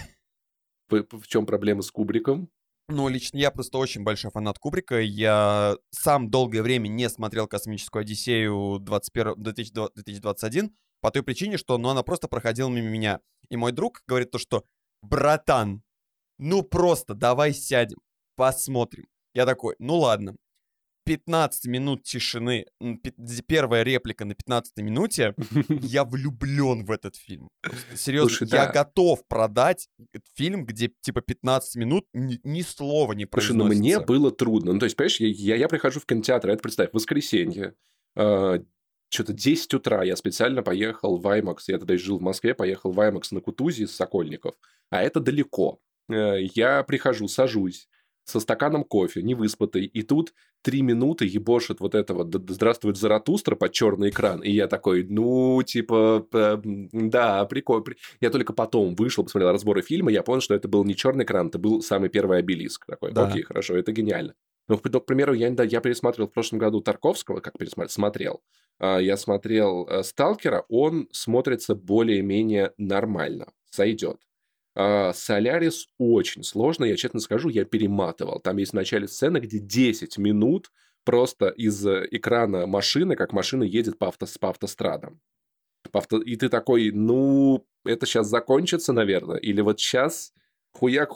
В чем проблема с Кубриком? Ну, лично я просто очень большой фанат Кубрика. Я сам долгое время не смотрел «Космическую Одиссею» 2021 по той причине, что она просто проходила мимо меня. И мой друг говорит то, что «Братан, ну просто давай сядем, посмотрим». Я такой, ну ладно. 15 минут тишины, первая реплика на 15 минуте, я влюблен в этот фильм. Просто, серьезно, Слушай, я да. готов продать этот фильм, где типа 15 минут ни слова не Слушай, ну мне произносится. было трудно. Ну, то есть, понимаешь, я прихожу в кинотеатр, это, представь, воскресенье, что-то 10 утра я специально поехал в IMAX, я тогда жил в Москве, поехал в IMAX на Кутузи из Сокольников, а это далеко. Я прихожу, сажусь со стаканом кофе, невыспатый, и тут 3 минуты ебошит вот это вот «Здравствует Заратустра» под черный экран, и я такой, ну, типа, да, прикольно. Я только потом вышел, посмотрел разборы фильма, я понял, что это был не черный экран, это был самый первый обелиск. Такой, Да. окей, хорошо, это гениально. Ну, к примеру, я пересматривал в прошлом году Тарковского, смотрел. Я смотрел «Сталкера», он смотрится более-менее нормально, сойдет. «Солярис» очень сложно, я честно скажу, я перематывал. Там есть в начале сцена, где 10 минут просто из экрана машины, как машина едет по автострадам. И ты такой, ну, это сейчас закончится, наверное, или вот сейчас хуяк,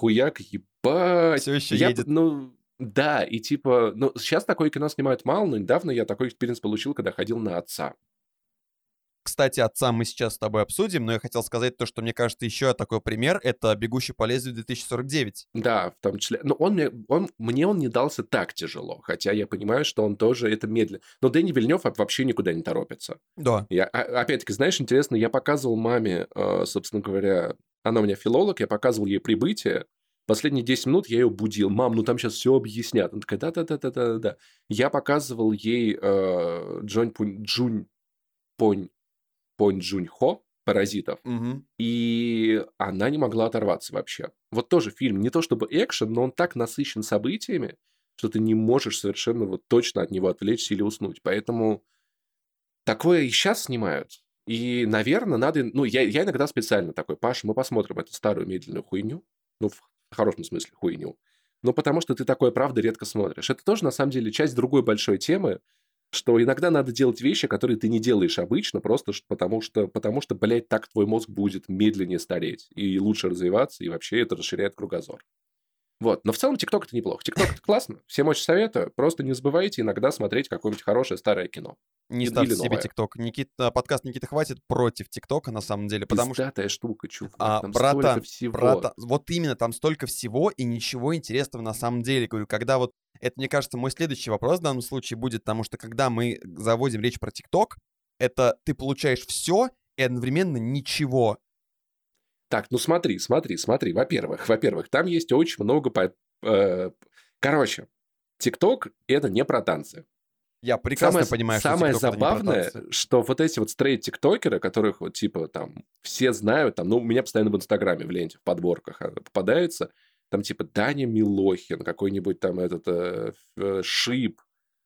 ебать. Все еще едет. Ну, да, и типа, ну, сейчас такое кино снимают мало, но недавно я такой экспириенс получил, когда ходил на «Отца». Кстати, «Отца» мы сейчас с тобой обсудим, но я хотел сказать то, что мне кажется, еще такой пример — это «Бегущий по лезвию 2049». Да, в том числе. Но мне он не дался так тяжело, хотя я понимаю, что он тоже это медленно. Но Дэни Вильнёв вообще никуда не торопится. Да. Опять-таки, знаешь, интересно, я показывал маме, собственно говоря, она у меня филолог, я показывал ей «Прибытие». Последние 10 минут я ее будил. Мам, ну там сейчас все объяснят. Она такая, да. Я показывал ей Понь Джунь Хо, «Паразитов». Мгм. И она не могла оторваться вообще. Вот тоже фильм, не то чтобы экшен, но он так насыщен событиями, что ты не можешь совершенно вот точно от него отвлечься или уснуть. Поэтому такое и сейчас снимают. И, наверное, надо... Ну, я иногда специально такой: Паша, мы посмотрим эту старую медленную хуйню. Ну, в хорошем смысле хуйню. Ну, потому что ты такое, правда, редко смотришь. Это тоже, на самом деле, часть другой большой темы, что иногда надо делать вещи, которые ты не делаешь обычно, просто потому что, блядь, так твой мозг будет медленнее стареть и лучше развиваться, и вообще это расширяет кругозор. Вот. Но в целом ТикТок это неплохо. ТикТок это классно. Всем очень советую. Просто не забывайте иногда смотреть какое-нибудь хорошее старое кино. Не Или ставьте себе новое. ТикТок. Подкаст Никиты «Хватит» против ТикТока, на самом деле, потому что... Пиздатая штука, чувак. Там столько Братан, всего. вот именно, там столько всего и ничего интересного на самом деле. Говорю, когда вот... Это, мне кажется, мой следующий вопрос в данном случае будет, потому что когда мы заводим речь про ТикТок, это ты получаешь все и одновременно ничего. Так, ну смотри. Во-первых, там есть очень много... Короче, ТикТок это не про танцы. Я прекрасно понимаю, что Самое ТикТок это не про забавное, танцы. что вот эти вот стрейт-тиктокеры, которых вот типа там все знают, там, ну, у меня постоянно в Инстаграме в ленте, в подборках попадается, там типа Даня Милохин, какой-нибудь там Шип,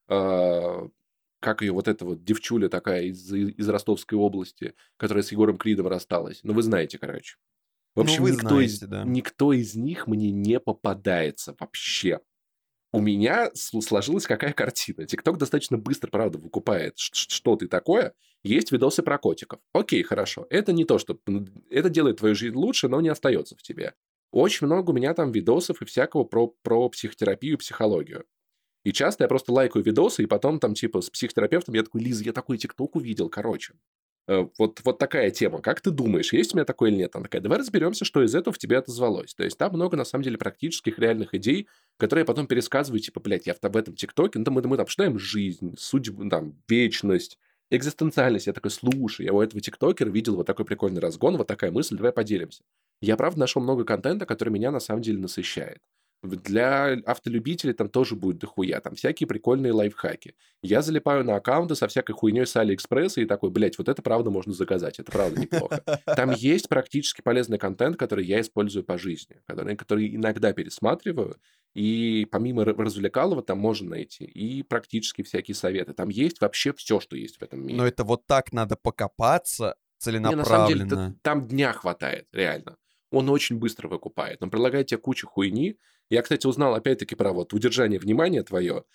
как ее вот эта вот девчуля такая из Ростовской области, которая с Егором Кридом рассталась. Ну, вы знаете, короче. В Ну, общем, вы знаете, да. никто из них мне не попадается вообще. У меня сложилась какая картина. ТикТок достаточно быстро, правда, выкупает, что ты такое. Есть видосы про котиков. Окей, хорошо. Это не то, что... Это делает твою жизнь лучше, но не остается в тебе. Очень много у меня там видосов и всякого про психотерапию, психологию. И часто я просто лайкаю видосы, и потом там типа с психотерапевтом я такой: Лиза, я такой ТикТок увидел, короче. Вот такая тема. Как ты думаешь, есть у меня такое или нет? Она такая: давай разберемся, что из этого в тебе отозвалось. То есть там много, на самом деле, практических реальных идей, которые я потом пересказываю, типа, блядь, я в этом ТикТоке, ну, мы там читаем жизнь, судьбу, там, вечность, экзистенциальность. Я такой: слушай, я у этого ТикТокера видел вот такой прикольный разгон, вот такая мысль, давай поделимся. Я, правда, нашел много контента, который меня, на самом деле, насыщает. Для автолюбителей там тоже будет дохуя, там всякие прикольные лайфхаки. Я залипаю на аккаунты со всякой хуйней с Алиэкспресса и такой: блядь, вот это правда можно заказать, это правда неплохо. Там есть практически полезный контент, который я использую по жизни, который иногда пересматриваю, и помимо развлекалого там можно найти и практически всякие советы. Там есть вообще все, что есть в этом Но мире. это вот так надо покопаться Не, на самом деле, целенаправленно. там дня хватает, реально. Он очень быстро выкупает. Он предлагает тебе кучу хуйни. Я, кстати, узнал опять-таки про вот удержание внимания твое.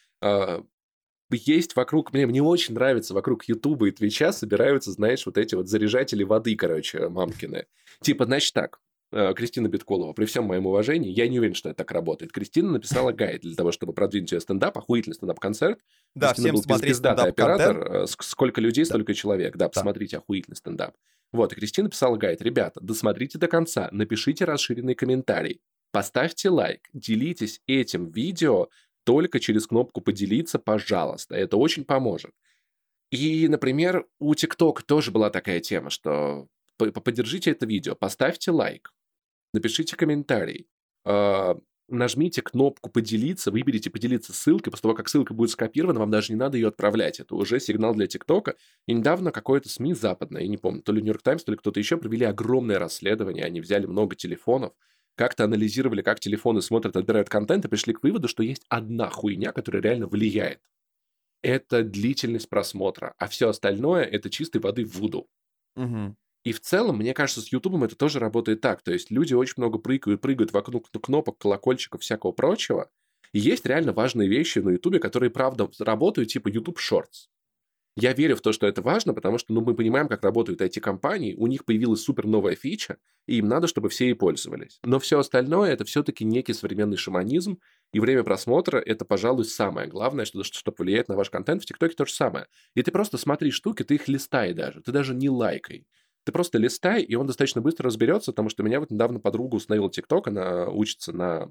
Есть вокруг... Мне очень нравится, вокруг Ютуба и Твича собираются, знаешь, вот эти вот заряжатели воды, короче, мамкины. Типа, значит так, Кристина Битколова, при всем моем уважении, я не уверен, что это так работает. Кристина написала гайд для того, чтобы продвинуть ее стендап, охуительный стендап-концерт. Да, Кристина всем был смотреть пиздатый стендап-контент. оператор. Сколько людей, Да. столько человек. Да, посмотрите, охуительный стендап. Вот, и Кристина писала гайд: ребята, досмотрите до конца, напишите расширенный комментарий, поставьте лайк, делитесь этим видео только через кнопку «Поделиться», пожалуйста. Это очень поможет. И, например, у ТикТока тоже была такая тема, что поддержите это видео, поставьте лайк, напишите комментарий, нажмите кнопку «Поделиться», выберите «Поделиться ссылкой». После того, как ссылка будет скопирована, вам даже не надо ее отправлять. Это уже сигнал для ТикТока. И недавно какое-то СМИ западное, я не помню, то ли Нью-Йорк Таймс, то ли кто-то еще, провели огромное расследование. Они взяли много телефонов, как-то анализировали, как телефоны смотрят, отбирают контент, и пришли к выводу, что есть одна хуйня, которая реально влияет. Это длительность просмотра. А все остальное – это чистой воды вуду. Мгм. И в целом, мне кажется, с Ютубом это тоже работает так. То есть люди очень много прыгают вокруг кнопок, колокольчиков, всякого прочего. И есть реально важные вещи на Ютубе, которые, правда, работают, типа YouTube Shorts. Я верю в то, что это важно, потому что мы понимаем, как работают IT-компании, у них появилась супер новая фича, и им надо, чтобы все ей пользовались. Но все остальное – это все-таки некий современный шаманизм, и время просмотра – это, пожалуй, самое главное, что влияет на ваш контент. В ТикТоке то же самое. И ты просто смотри штуки, ты их листай даже, ты даже не лайкай. Ты просто листай, и он достаточно быстро разберется, потому что меня вот недавно подруга установила ТикТок, она учится на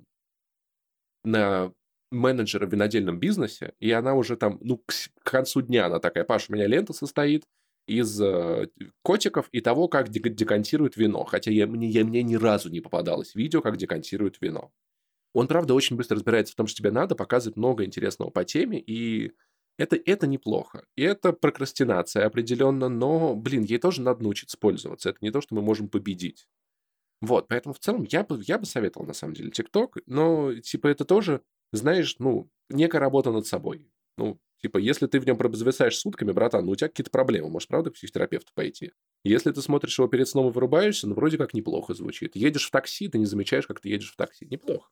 менеджера в винодельном бизнесе, и она уже там, к концу дня она такая: Паш, у меня лента состоит из котиков и того, как декантируют вино. Хотя мне ни разу не попадалось видео, как декантируют вино. Он, правда, очень быстро разбирается в том, что тебе надо, показывает много интересного по теме, и Это неплохо. И это прокрастинация определенно, но, блин, ей тоже надо научиться пользоваться. Это не то, что мы можем победить. Вот, поэтому в целом я бы советовал, на самом деле, ТикТок, но, типа, это тоже, знаешь, ну, некая работа над собой. Ну, типа, если ты в нем зависаешь сутками, братан, ну, у тебя какие-то проблемы, может, правда, к психотерапевту пойти? Если ты смотришь его перед сном и вырубаешься, ну, вроде как неплохо звучит. Едешь в такси, ты не замечаешь, как ты едешь в такси. Неплохо.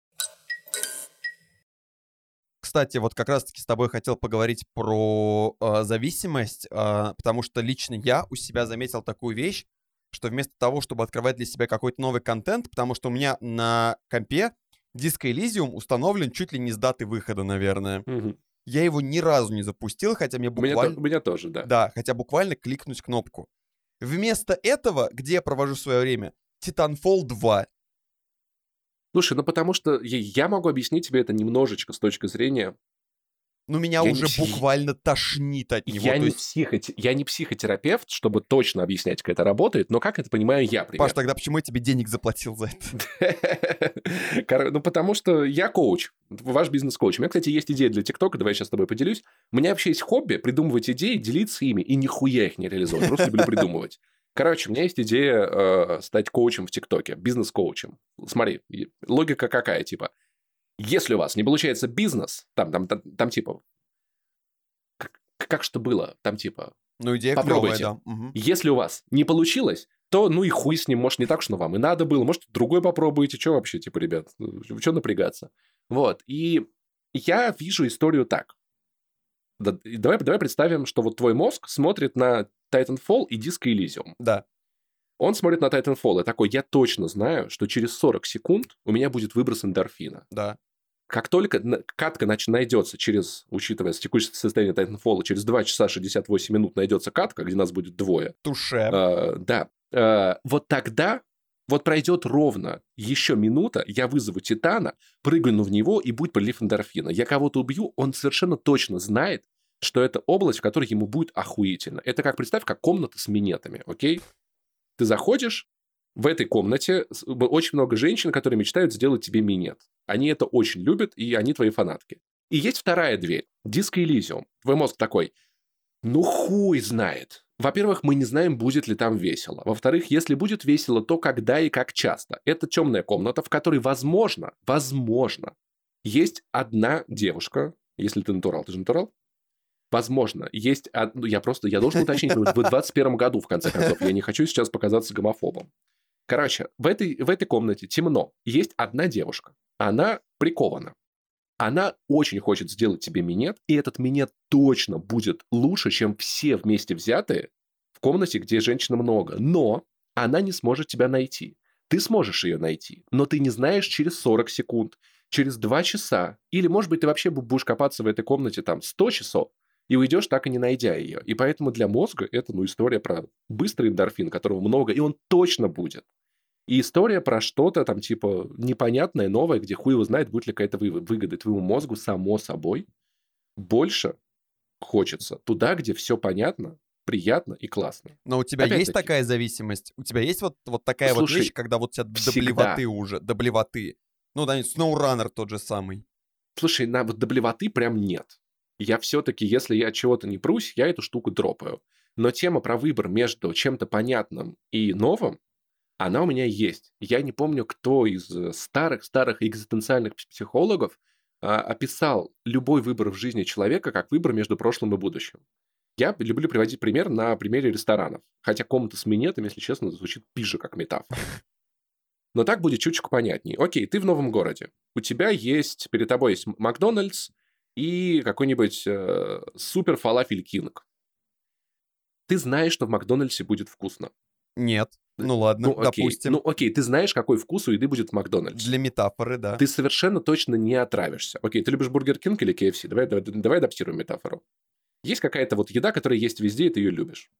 Кстати, вот как раз-таки с тобой хотел поговорить про зависимость, потому что лично я у себя заметил такую вещь, что вместо того, чтобы открывать для себя какой-то новый контент, потому что у меня на компе Disco Elysium установлен чуть ли не с даты выхода, наверное. Мгм. Я его ни разу не запустил, хотя мне У меня буквально... тоже, да. Да, хотя буквально кликнуть кнопку. Вместо этого, где я провожу свое время, Titanfall 2. Слушай, ну потому что я могу объяснить тебе это немножечко с точки зрения... Ну, меня Я не уже пси- буквально тошнит от него. Я То не, есть, я не психотерапевт, чтобы точно объяснять, как это работает, но как это понимаю я Паш, примерно. тогда почему я тебе денег заплатил за это? Ну, потому что я коуч, ваш бизнес-коуч. У меня, кстати, есть идея для ТикТока, давай я сейчас с тобой поделюсь. У меня вообще есть хобби придумывать идеи, делиться ими, и нихуя их не реализовать. Просто люблю придумывать. Короче, у меня есть идея стать коучем в ТикТоке, бизнес-коучем. Смотри, логика какая, типа, если у вас не получается бизнес, там типа, как что было, там типа, Ну, идея попробуйте. клевая, да. Мгм. Если у вас не получилось, то ну и хуй с ним, может, не так, что вам и надо было, может, другой попробуйте, что вообще, типа, ребят, что напрягаться? Вот, и я вижу историю так. Давай представим, что вот твой мозг смотрит на Titanfall и Disco Elysium. Да. Он смотрит на Titanfall и такой, я точно знаю, что через 40 секунд у меня будет выброс эндорфина. Да. Как только катка найдется через, учитывая текущее состояние Titanfall, через 2 часа 68 минут найдется катка, где нас будет двое. Туше. Да. Вот тогда, вот пройдет ровно еще минута, я вызову Титана, прыгну в него, и будет прилив эндорфина. Я кого-то убью, он совершенно точно знает, что это область, в которой ему будет охуительно. Это как, представь, как комната с минетами, окей? Ты заходишь, в этой комнате очень много женщин, которые мечтают сделать тебе минет. Они это очень любят, и они твои фанатки. И есть вторая дверь, Disco Elysium. Твой мозг такой, ну хуй знает. Во-первых, мы не знаем, будет ли там весело. Во-вторых, если будет весело, то когда и как часто. Это темная комната, в которой, возможно, есть одна девушка, если ты натурал, ты же натурал? Возможно, есть... Я должен уточнить, в 2021 году, в конце концов. Я не хочу сейчас показаться гомофобом. Короче, в этой комнате темно. Есть одна девушка. Она прикована. Она очень хочет сделать тебе минет, и этот минет точно будет лучше, чем все вместе взятые в комнате, где женщин много. Но она не сможет тебя найти. Ты сможешь ее найти, но ты не знаешь через 40 секунд, через 2 часа, или, может быть, ты вообще будешь копаться в этой комнате там 100 часов, и уйдешь, так и не найдя ее. И поэтому для мозга это, история про быстрый эндорфин, которого много, и он точно будет. И история про что-то там типа непонятное, новое, где хуй его знает, будет ли какая-то выгода твоему мозгу, само собой, больше хочется туда, где все понятно, приятно и классно. Но у тебя есть Опять-таки. такая зависимость? У тебя есть вот такая вот Слушай, вещь, когда вот тебя до всегда. блевоты уже, до блевоты? Ну, да, SnowRunner тот же самый. Слушай, вот до блевоты прям нет. Я все-таки, если я от чего-то не прусь, я эту штуку дропаю. Но тема про выбор между чем-то понятным и новым, она у меня есть. Я не помню, кто из старых экзистенциальных психологов описал любой выбор в жизни человека как выбор между прошлым и будущим. Я люблю приводить пример на примере ресторанов. Хотя комната с минетами, если честно, звучит пизже как метафора. Но так будет чуточку понятнее. Окей, ты в новом городе. У тебя есть, перед тобой есть Макдональдс и какой-нибудь супер фалафель Кинг. Ты знаешь, что в Макдональдсе будет вкусно. Нет. Ну ладно, допустим. Ну окей, ты знаешь, какой вкус у еды будет в Макдональдсе. Для метафоры, да. Ты совершенно точно не отравишься. Окей, ты любишь Бургер Кинг или KFC? Давай адаптируем метафору. Есть какая-то вот еда, которая есть везде, и ты ее любишь.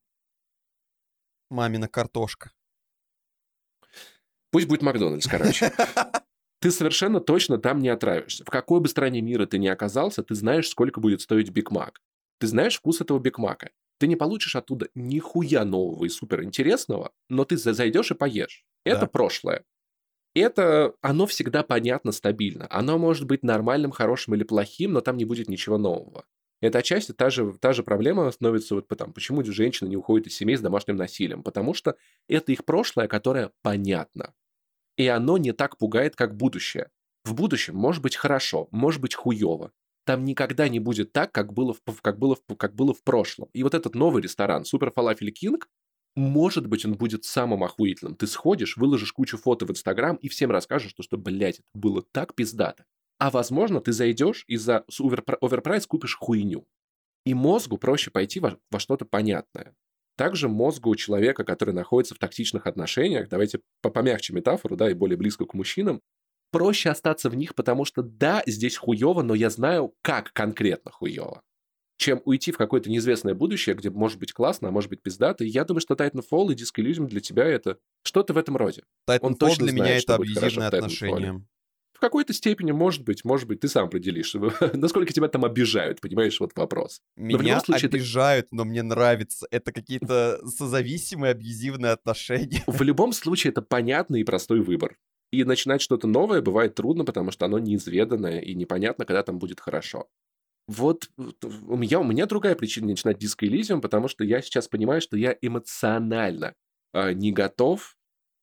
Мамина картошка. Пусть будет Макдональдс, короче. Ты совершенно точно там не отравишься. В какой бы стране мира ты ни оказался, ты знаешь, сколько будет стоить Биг Мак. Ты знаешь вкус этого Биг Мака. Ты не получишь оттуда нихуя нового и суперинтересного, но ты зайдешь и поешь. Это Да. прошлое. Оно всегда понятно, стабильно. Оно может быть нормальным, хорошим или плохим, но там не будет ничего нового. Это отчасти та же проблема становится, вот потому, почему женщины не уходят из семей с домашним насилием. Потому что это их прошлое, которое понятно. И оно не так пугает, как будущее. В будущем может быть хорошо, может быть хуёво. Там никогда не будет так, как было в прошлом. И вот этот новый ресторан Супер Фалафель Кинг, может быть, он будет самым охуительным. Ты сходишь, выложишь кучу фото в Инстаграм и всем расскажешь, что, блядь, это было так пиздато. А возможно, ты зайдешь и за оверпрайс купишь хуйню. И мозгу проще пойти во что-то понятное. Также мозгу у человека, который находится в токсичных отношениях, давайте помягче метафору, да, и более близко к мужчинам, проще остаться в них, потому что да, здесь хуёво, но я знаю, как конкретно хуёво, чем уйти в какое-то неизвестное будущее, где может быть классно, а может быть пиздато. И я думаю, что Titanfall и Disco Elysium для тебя это что-то в этом роде. Он Titanfall точно для меня знает, это что будет хорошо абьюзивное в Titanfall. отношение. В какой-то степени, может быть, ты сам определишь, насколько тебя там обижают, понимаешь, вот вопрос. Но в любом Меня случае, обижают, но мне нравится. Это какие-то созависимые абьюзивные отношения. в любом случае это понятный и простой выбор. И начинать что-то новое бывает трудно, потому что оно неизведанное и непонятно, когда там будет хорошо. Вот у меня другая причина не начинать Disco Elysium, потому что я сейчас понимаю, что я эмоционально не готов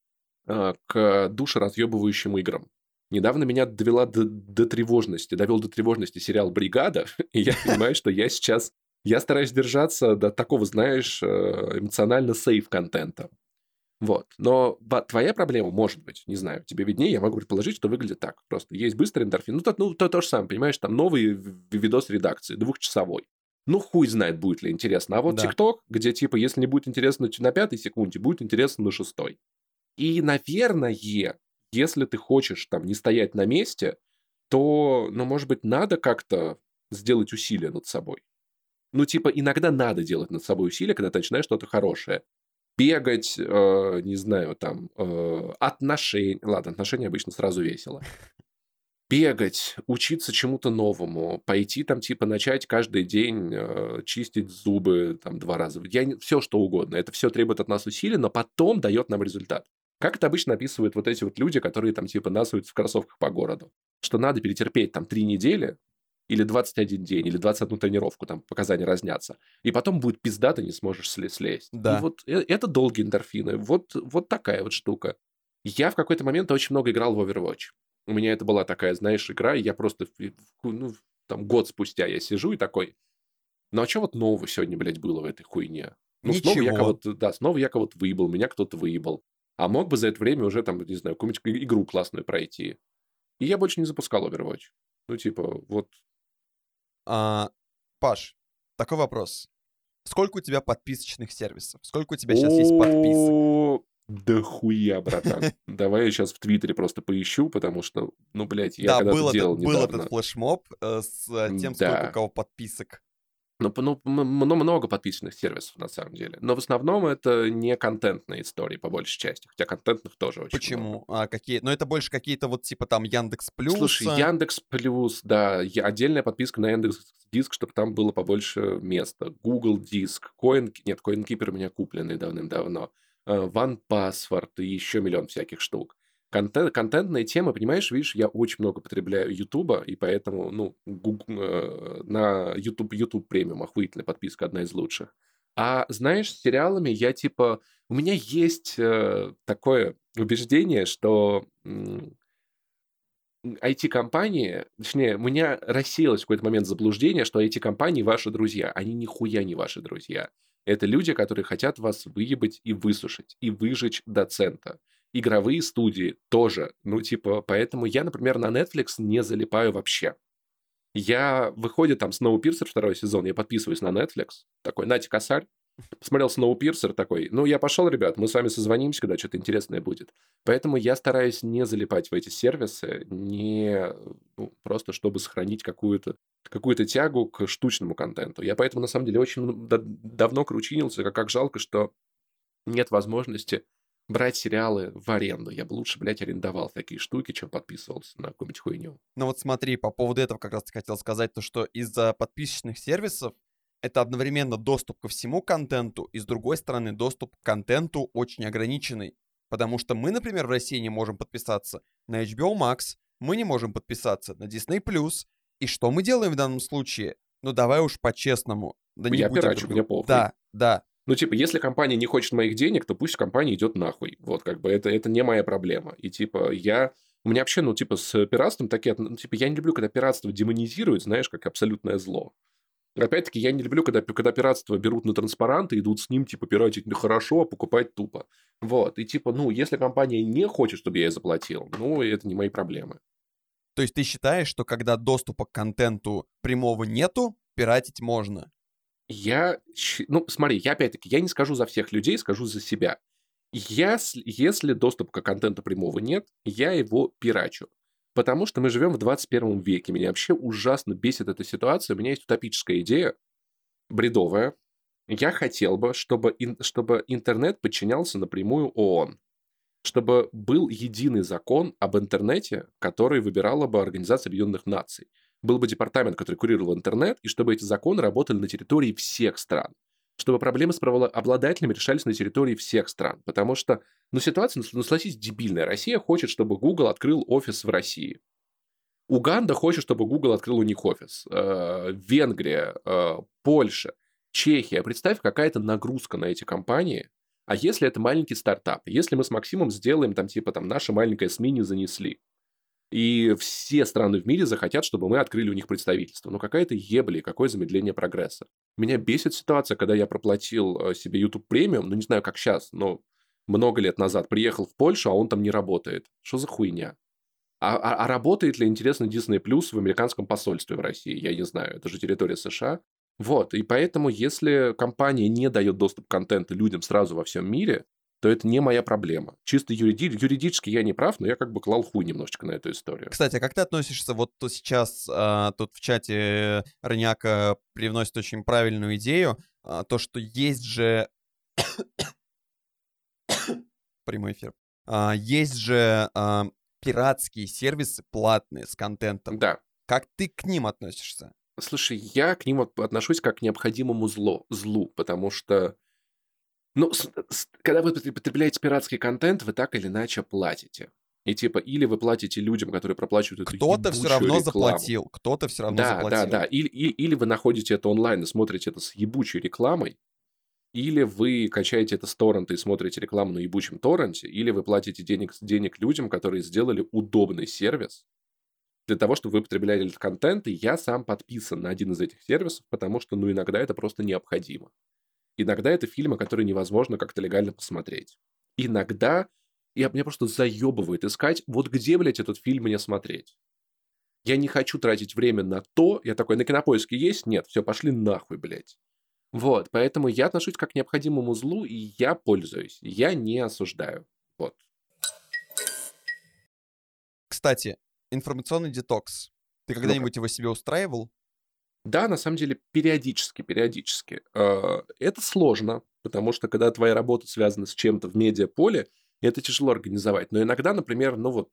к душеразъебывающим играм. Недавно меня довел до тревожности сериал «Бригада», и я понимаю, что я стараюсь держаться до такого, знаешь, эмоционально сейф-контента. Вот. Но твоя проблема, может быть, не знаю, тебе виднее, я могу предположить, что выглядит так. Просто есть быстрый эндорфин. То же самое, понимаешь, там новый видос редакции, 2-часовой. Ну, хуй знает, будет ли интересно. А вот Да. ТикТок, где, типа, если не будет интересно на 5-й секунде, будет интересно на 6-й. И, наверное, если ты хочешь там не стоять на месте, то, может быть, надо как-то сделать усилия над собой. Ну, типа, иногда надо делать над собой усилия, когда ты начинаешь что-то хорошее. Бегать, не знаю, там, отношения. Ладно, отношения обычно сразу весело. Бегать, учиться чему-то новому, пойти там, типа, начать каждый день чистить зубы там 2 раза. Все что угодно. Это все требует от нас усилий, но потом дает нам результат. Как это обычно описывают вот эти вот люди, которые там, типа, насуются в кроссовках по городу. Что надо перетерпеть там 3 недели, или 21 день, или 21 тренировку, там показания разнятся. И потом будет пизда, ты не сможешь слезть. Да. И вот это долгие эндорфины. Вот такая вот штука. Я в какой-то момент очень много играл в Overwatch. У меня это была такая, знаешь, игра, и я просто, там год спустя я сижу и такой, ну а что вот нового сегодня, блядь, было в этой хуйне? Ну, снова я кого-то выебал, меня кто-то выебал. А мог бы за это время уже, там, не знаю, какую-нибудь игру классную пройти. И я больше не запускал Overwatch. Ну, типа, вот. Паш, такой вопрос. Сколько у тебя подписочных сервисов? Сколько у тебя сейчас есть подписок? Да хуя, братан. Давай я сейчас в Твиттере просто поищу, потому что, блядь, я Да, когда-то делал был недавно. этот флешмоб с тем, Да. сколько у кого подписок. Много подписанных сервисов, на самом деле. Но в основном это не контентные истории, по большей части. Хотя контентных тоже очень много. Почему? Какие? Ну, это больше какие-то вот типа там Яндекс Плюс. Слушай, Яндекс Плюс, да, отдельная подписка на Яндекс Диск, чтобы там было побольше места. Google Диск, CoinKeeper у меня купленный давным-давно. OnePassword и еще миллион всяких штук. Контентные темы, понимаешь, видишь, я очень много потребляю Ютуба, и поэтому, на YouTube премиум охуительная подписка, одна из лучших. А знаешь, с сериалами я типа... У меня есть такое убеждение, что IT-компании, точнее, у меня рассеялось в какой-то момент заблуждение, что IT-компании ваши друзья. Они нихуя не ваши друзья. Это люди, которые хотят вас выебать и высушить, и выжечь до цента. Игровые студии тоже. Поэтому я, например, на Netflix не залипаю вообще. Выходит там Snowpiercer 2 сезон, я подписываюсь на Netflix. Такой, нате косарь. Посмотрел Snowpiercer такой, я пошел, ребят, мы с вами созвонимся, когда что-то интересное будет. Поэтому я стараюсь не залипать в эти сервисы, просто чтобы сохранить какую-то тягу к штучному контенту. Я поэтому, на самом деле, очень давно кручинился, как жалко, что нет возможности брать сериалы в аренду. Я бы лучше, блядь, арендовал такие штуки, чем подписывался на какую-нибудь хуйню. Ну вот смотри, по поводу этого как раз хотел сказать, то что из-за подписочных сервисов это одновременно доступ ко всему контенту, и с другой стороны доступ к контенту очень ограниченный. Потому что мы, например, в России не можем подписаться на HBO Max, мы не можем подписаться на Disney+. И что мы делаем в данном случае? Ну, давай уж по-честному. Да не Я будем пирачу, друг мне друга. похуй. Да, да. Ну, типа, если компания не хочет моих денег, то пусть компания идет нахуй. Вот, как бы, это не моя проблема. И, типа, у меня вообще, ну, типа, с пиратством такие... Ну, типа, я не люблю, когда пиратство демонизируют, знаешь, как абсолютное зло. Опять-таки, я не люблю, когда пиратство берут на транспаранты, идут с ним, типа, пиратить нехорошо, а покупать тупо. Вот. И, типа, ну, если компания не хочет, чтобы я ей заплатил, ну, это не мои проблемы. То есть ты считаешь, что когда доступа к контенту прямого нету, пиратить можно? Ну, смотри, я опять-таки, я не скажу за всех людей, скажу за себя. Если доступа к контенту прямого нет, я его пирачу. Потому что мы живем в 21 веке. Меня вообще ужасно бесит эта ситуация. У меня есть утопическая идея, бредовая. Я хотел бы, чтобы интернет подчинялся напрямую ООН. Чтобы был единый закон об интернете, который выбирала бы Организация Объединенных Наций. Был бы департамент, который курировал интернет, и чтобы эти законы работали на территории всех стран. Чтобы проблемы с правообладателями решались на территории всех стран. Потому что, ну, ситуация, ну, согласись, дебильная. Россия хочет, чтобы Google открыл офис в России. Уганда хочет, чтобы Google открыл у них офис. Венгрия, Польша, Чехия. Представь, какая-то нагрузка на эти компании. А если это маленький стартап? Если мы с Максимом сделаем, там, типа, там, наше маленькое СМИ не занесли, и все страны в мире захотят, чтобы мы открыли у них представительство. Ну, какая-то ебли, какое замедление прогресса. Меня бесит ситуация, когда я проплатил себе YouTube премиум, ну, не знаю, как сейчас, но много лет назад приехал в Польшу, а он там не работает. Что за хуйня? А работает ли, интересно, Disney Plus в американском посольстве в России? Я не знаю, это же территория США. Вот, и поэтому, если компания не дает доступ к контенту людям сразу во всем мире, то это не моя проблема. Чисто юридически я не прав, но я как бы клал хуй немножечко на эту историю. Кстати, а как ты относишься, вот тут сейчас тут в чате Роняка привносит очень правильную идею, то, что есть же... Прямой эфир. Есть же пиратские сервисы платные с контентом. Да. Как ты к ним относишься? Слушай, я к ним отношусь как к необходимому злу, потому что, ну, когда вы потребляете пиратский контент, вы так или иначе платите. И типа, или вы платите людям, которые проплачивают эту Кто-то все ебучую равно рекламу. заплатил. Кто-то все равно заплатил. Да. Или вы находите это онлайн и смотрите это с ебучей рекламой, или вы качаете это с торрента и смотрите рекламу на ебучем торренте, или вы платите денег людям, которые сделали удобный сервис для того, чтобы вы потребляли этот контент, и я сам подписан на один из этих сервисов, потому что, ну, иногда это просто необходимо. Иногда это фильмы, которые невозможно как-то легально посмотреть. Иногда меня просто заебывает искать, вот где, блядь, этот фильм мне смотреть. Я не хочу тратить время на то, я такой, на Кинопоиске есть? Нет, все, пошли нахуй, блядь. Вот, поэтому я отношусь как к необходимому злу, и я пользуюсь, я не осуждаю. Вот. Кстати, информационный детокс. Ты Ну-ка. когда-нибудь его себе устраивал? Да, на самом деле, периодически. Это сложно, потому что когда твоя работа связана с чем-то в медиаполе, это тяжело организовать. Но иногда, например, ну вот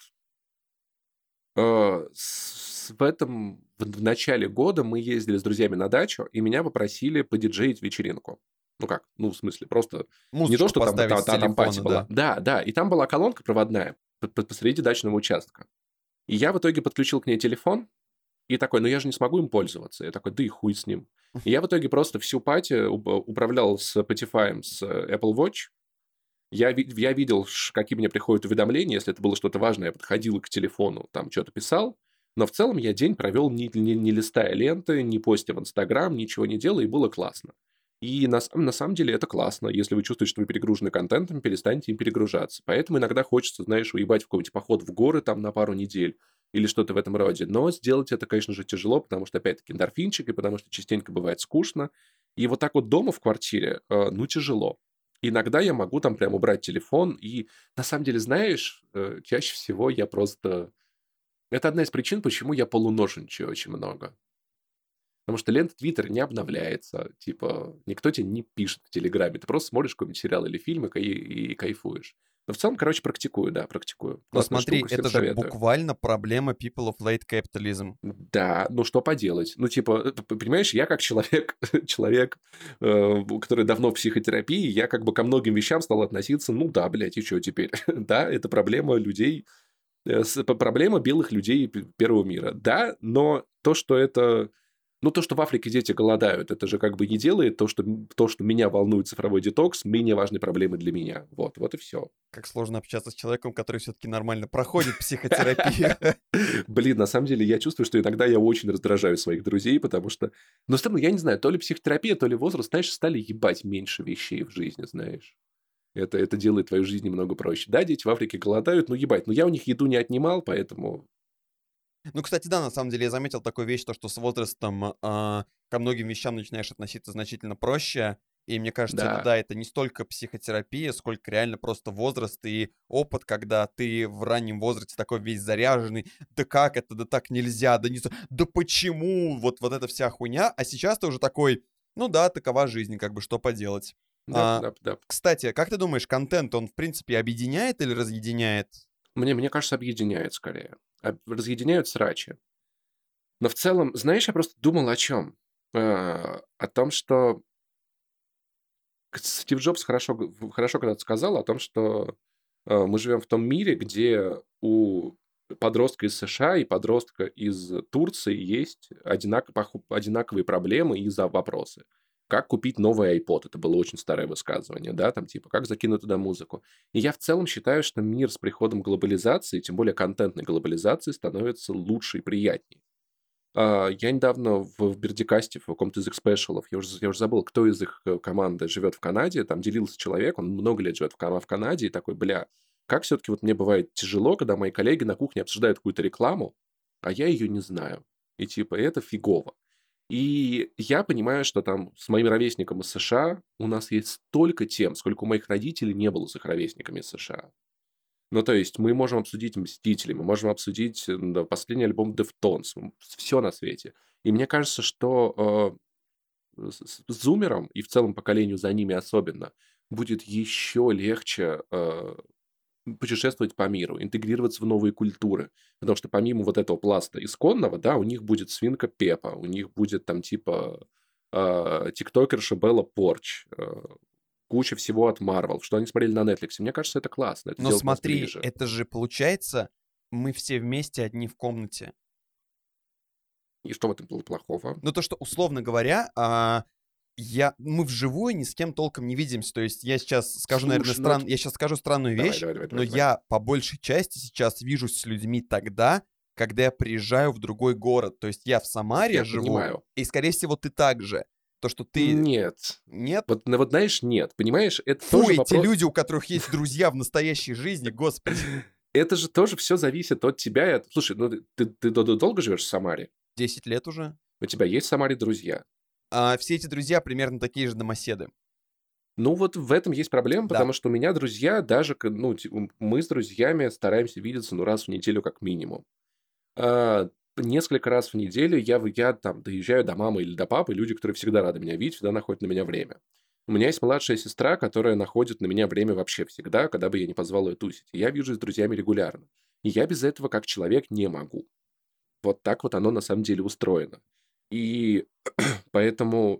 в начале года мы ездили с друзьями на дачу, и меня попросили подиджеить вечеринку. Ну как? Ну, в смысле, просто не то, Музычку что там поставить с там пати телефона, была. да. Да, и там была колонка проводная посреди дачного участка. И я в итоге подключил к ней телефон, и такой, ну я же не смогу им пользоваться. Я такой, да и хуй с ним. И я в итоге просто всю пати управлял с Spotify, с Apple Watch. Я видел, какие мне приходят уведомления. Если это было что-то важное, я подходил к телефону, там что-то писал. Но в целом я день провел не листая ленты, не постя в Инстаграм, ничего не делая, и было классно. И на самом деле это классно. Если вы чувствуете, что вы перегружены контентом, перестаньте им перегружаться. Поэтому иногда хочется, знаешь, уебать в какой-нибудь поход в горы там на пару недель или что-то в этом роде. Но сделать это, конечно же, тяжело, потому что, опять-таки, эндорфинчик, и потому что частенько бывает скучно. И вот так вот дома в квартире, ну, тяжело. Иногда я могу там прям убрать телефон, и на самом деле, знаешь, чаще всего я просто... Это одна из причин, почему я полуношенчаю очень много. Потому что лента Твиттера не обновляется, типа, никто тебе не пишет в Телеграме, ты просто смотришь какой-нибудь сериал или фильм и кайфуешь. Но в целом, короче, практикую. Но Классная смотри, штука, всем это же советую. буквально проблема people of late capitalism. Да, ну что поделать? Ну, типа, понимаешь, я как человек, который давно в психотерапии, я как бы ко многим вещам стал относиться, ну да, блядь, и что теперь? Да, это проблема людей, проблема белых людей первого мира. Да, но то, что это Ну, то, что в Африке дети голодают, это же как бы не делает то, что меня волнует цифровой детокс, менее важной проблемой для меня. Вот и все. Как сложно общаться с человеком, который все-таки нормально проходит психотерапию. Блин, на самом деле я чувствую, что иногда я очень раздражаю своих друзей, потому что... Но все равно, я не знаю, то ли психотерапия, то ли возраст, знаешь, стали ебать меньше вещей в жизни, знаешь. Это делает твою жизнь немного проще. Да, дети в Африке голодают, ну ебать, но я у них еду не отнимал, поэтому... Ну, кстати, да, на самом деле я заметил такую вещь, то, что с возрастом ко многим вещам начинаешь относиться значительно проще. И мне кажется, это Да, да, это не столько психотерапия, сколько реально просто возраст и опыт, когда ты в раннем возрасте такой весь заряженный. Да как это, да так нельзя, да не... Да почему? Вот эта вся хуйня. А сейчас ты уже такой, ну да, такова жизнь, как бы что поделать. да, А, да, да. кстати, как ты думаешь, контент, он в принципе объединяет или разъединяет? Мне кажется, объединяет скорее. Разъединяют срачи. Но в целом, знаешь, я просто думал о чем? О том, что Стив Джобс хорошо когда-то сказал о том, что мы живем в том мире, где у подростка из США и подростка из Турции есть одинаковые проблемы и вопросы. Как купить новый iPod? Это было очень старое высказывание, да, там типа, как закинуть туда музыку. И я в целом считаю, что мир с приходом глобализации, тем более контентной глобализации, становится лучше и приятнее. Я недавно в Бердикасте, в каком-то из их спешалов, я уже забыл, кто из их команды живет в Канаде, там делился человек, он много лет живет в Канаде, и такой, бля, как все-таки вот мне бывает тяжело, когда мои коллеги на кухне обсуждают какую-то рекламу, а я ее не знаю. И типа, это фигово. И я понимаю, что там с моим ровесником из США у нас есть столько тем, сколько у моих родителей не было с их ровесниками из США. Ну, то есть мы можем обсудить «Мстителей», мы можем обсудить да, последний альбом Deftones, все на свете. И мне кажется, что с зумером и в целом поколению за ними особенно будет еще легче путешествовать по миру, интегрироваться в новые культуры. Потому что помимо вот этого пласта исконного, да, у них будет свинка Пепа, у них будет там типа тиктокерша Белла Порч, куча всего от Marvel, что они смотрели на Netflix. Мне кажется, это классно, это Но делает нас смотри, ближе. это же получается, мы все вместе одни в комнате. И что в этом было плохого? Ну, то, что, условно говоря, мы вживую ни с кем толком не видимся. То есть я сейчас скажу, наверное, Слушай, ну это... я сейчас скажу странную Давай, вещь, давай, давай, но давай, давай. я по большей части сейчас вижусь с людьми тогда, когда я приезжаю в другой город. То есть я в Самаре Я живу, понимаю. и, скорее всего, ты так же. То, что ты... Нет. Нет? Вот знаешь, нет. Понимаешь, это Фу, тоже эти вопрос... люди, у которых есть друзья в настоящей жизни, господи. Это же тоже все зависит от тебя. Слушай, ну ты долго живешь в Самаре? 10 лет уже. У тебя есть в Самаре друзья? Все эти друзья примерно такие же домоседы. Ну вот в этом есть проблема, Да. потому что у меня друзья даже, мы с друзьями стараемся видеться раз в неделю как минимум. Несколько раз в неделю я там доезжаю до мамы или до папы, люди, которые всегда рады меня видеть, всегда находят на меня время. У меня есть младшая сестра, которая находит на меня время вообще всегда, когда бы я не позвал ее тусить. И я вижусь с друзьями регулярно. И я без этого как человек не могу. Вот так вот оно на самом деле устроено. И поэтому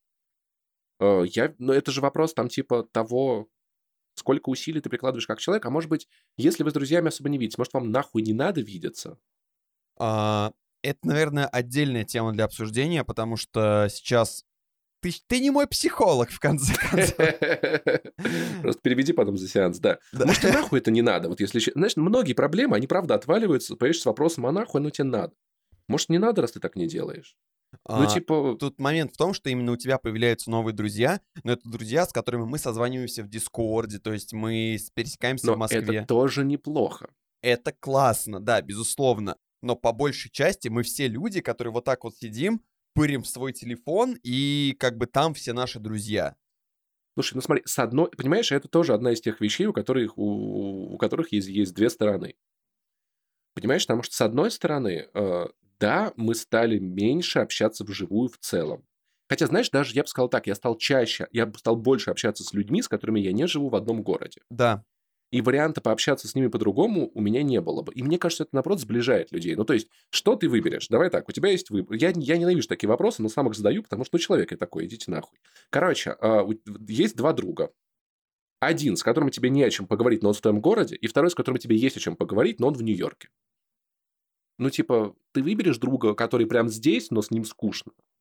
ну это же вопрос там типа того, сколько усилий ты прикладываешь как человек, а может быть, если вы с друзьями особо не видитесь, может, вам нахуй не надо видеться? Это, наверное, отдельная тема для обсуждения, потому что сейчас ты не мой психолог, в конце концов. Просто переведи потом за сеанс, да. Да. Может, и нахуй это не надо? Вот если... Знаешь, многие проблемы, они правда отваливаются, понимаешь, с вопросом, а нахуй оно тебе надо? Может, не надо, раз ты так не делаешь? Ну, типа... Тут момент в том, что именно у тебя появляются новые друзья, но это друзья, с которыми мы созваниваемся в Дискорде, то есть мы пересекаемся в Но Москве. это тоже неплохо. Это классно, да, безусловно. Но по большей части мы все люди, которые вот так вот сидим, пырим в свой телефон, и как бы там все наши друзья. Слушай, ну смотри, понимаешь, это тоже одна из тех вещей, у которых есть две стороны. Понимаешь, потому что с одной стороны, да, мы стали меньше общаться вживую в целом. Хотя, знаешь, даже я бы сказал так, я бы стал больше общаться с людьми, с которыми я не живу в одном городе. Да. И варианта пообщаться с ними по-другому у меня не было бы. И мне кажется, это, наоборот, сближает людей. Ну, то есть, что ты выберешь? Давай так, у тебя есть выбор. Я ненавижу такие вопросы, но сам их задаю, потому что, человек я такой, идите нахуй. Короче, есть два друга. Один, с которым тебе не о чем поговорить, но он в твоем городе, и второй, с которым тебе есть о чем поговорить, но он в Нью-Йорке. Ну, типа, ты выберешь друга, который прям здесь, но с ним скучно.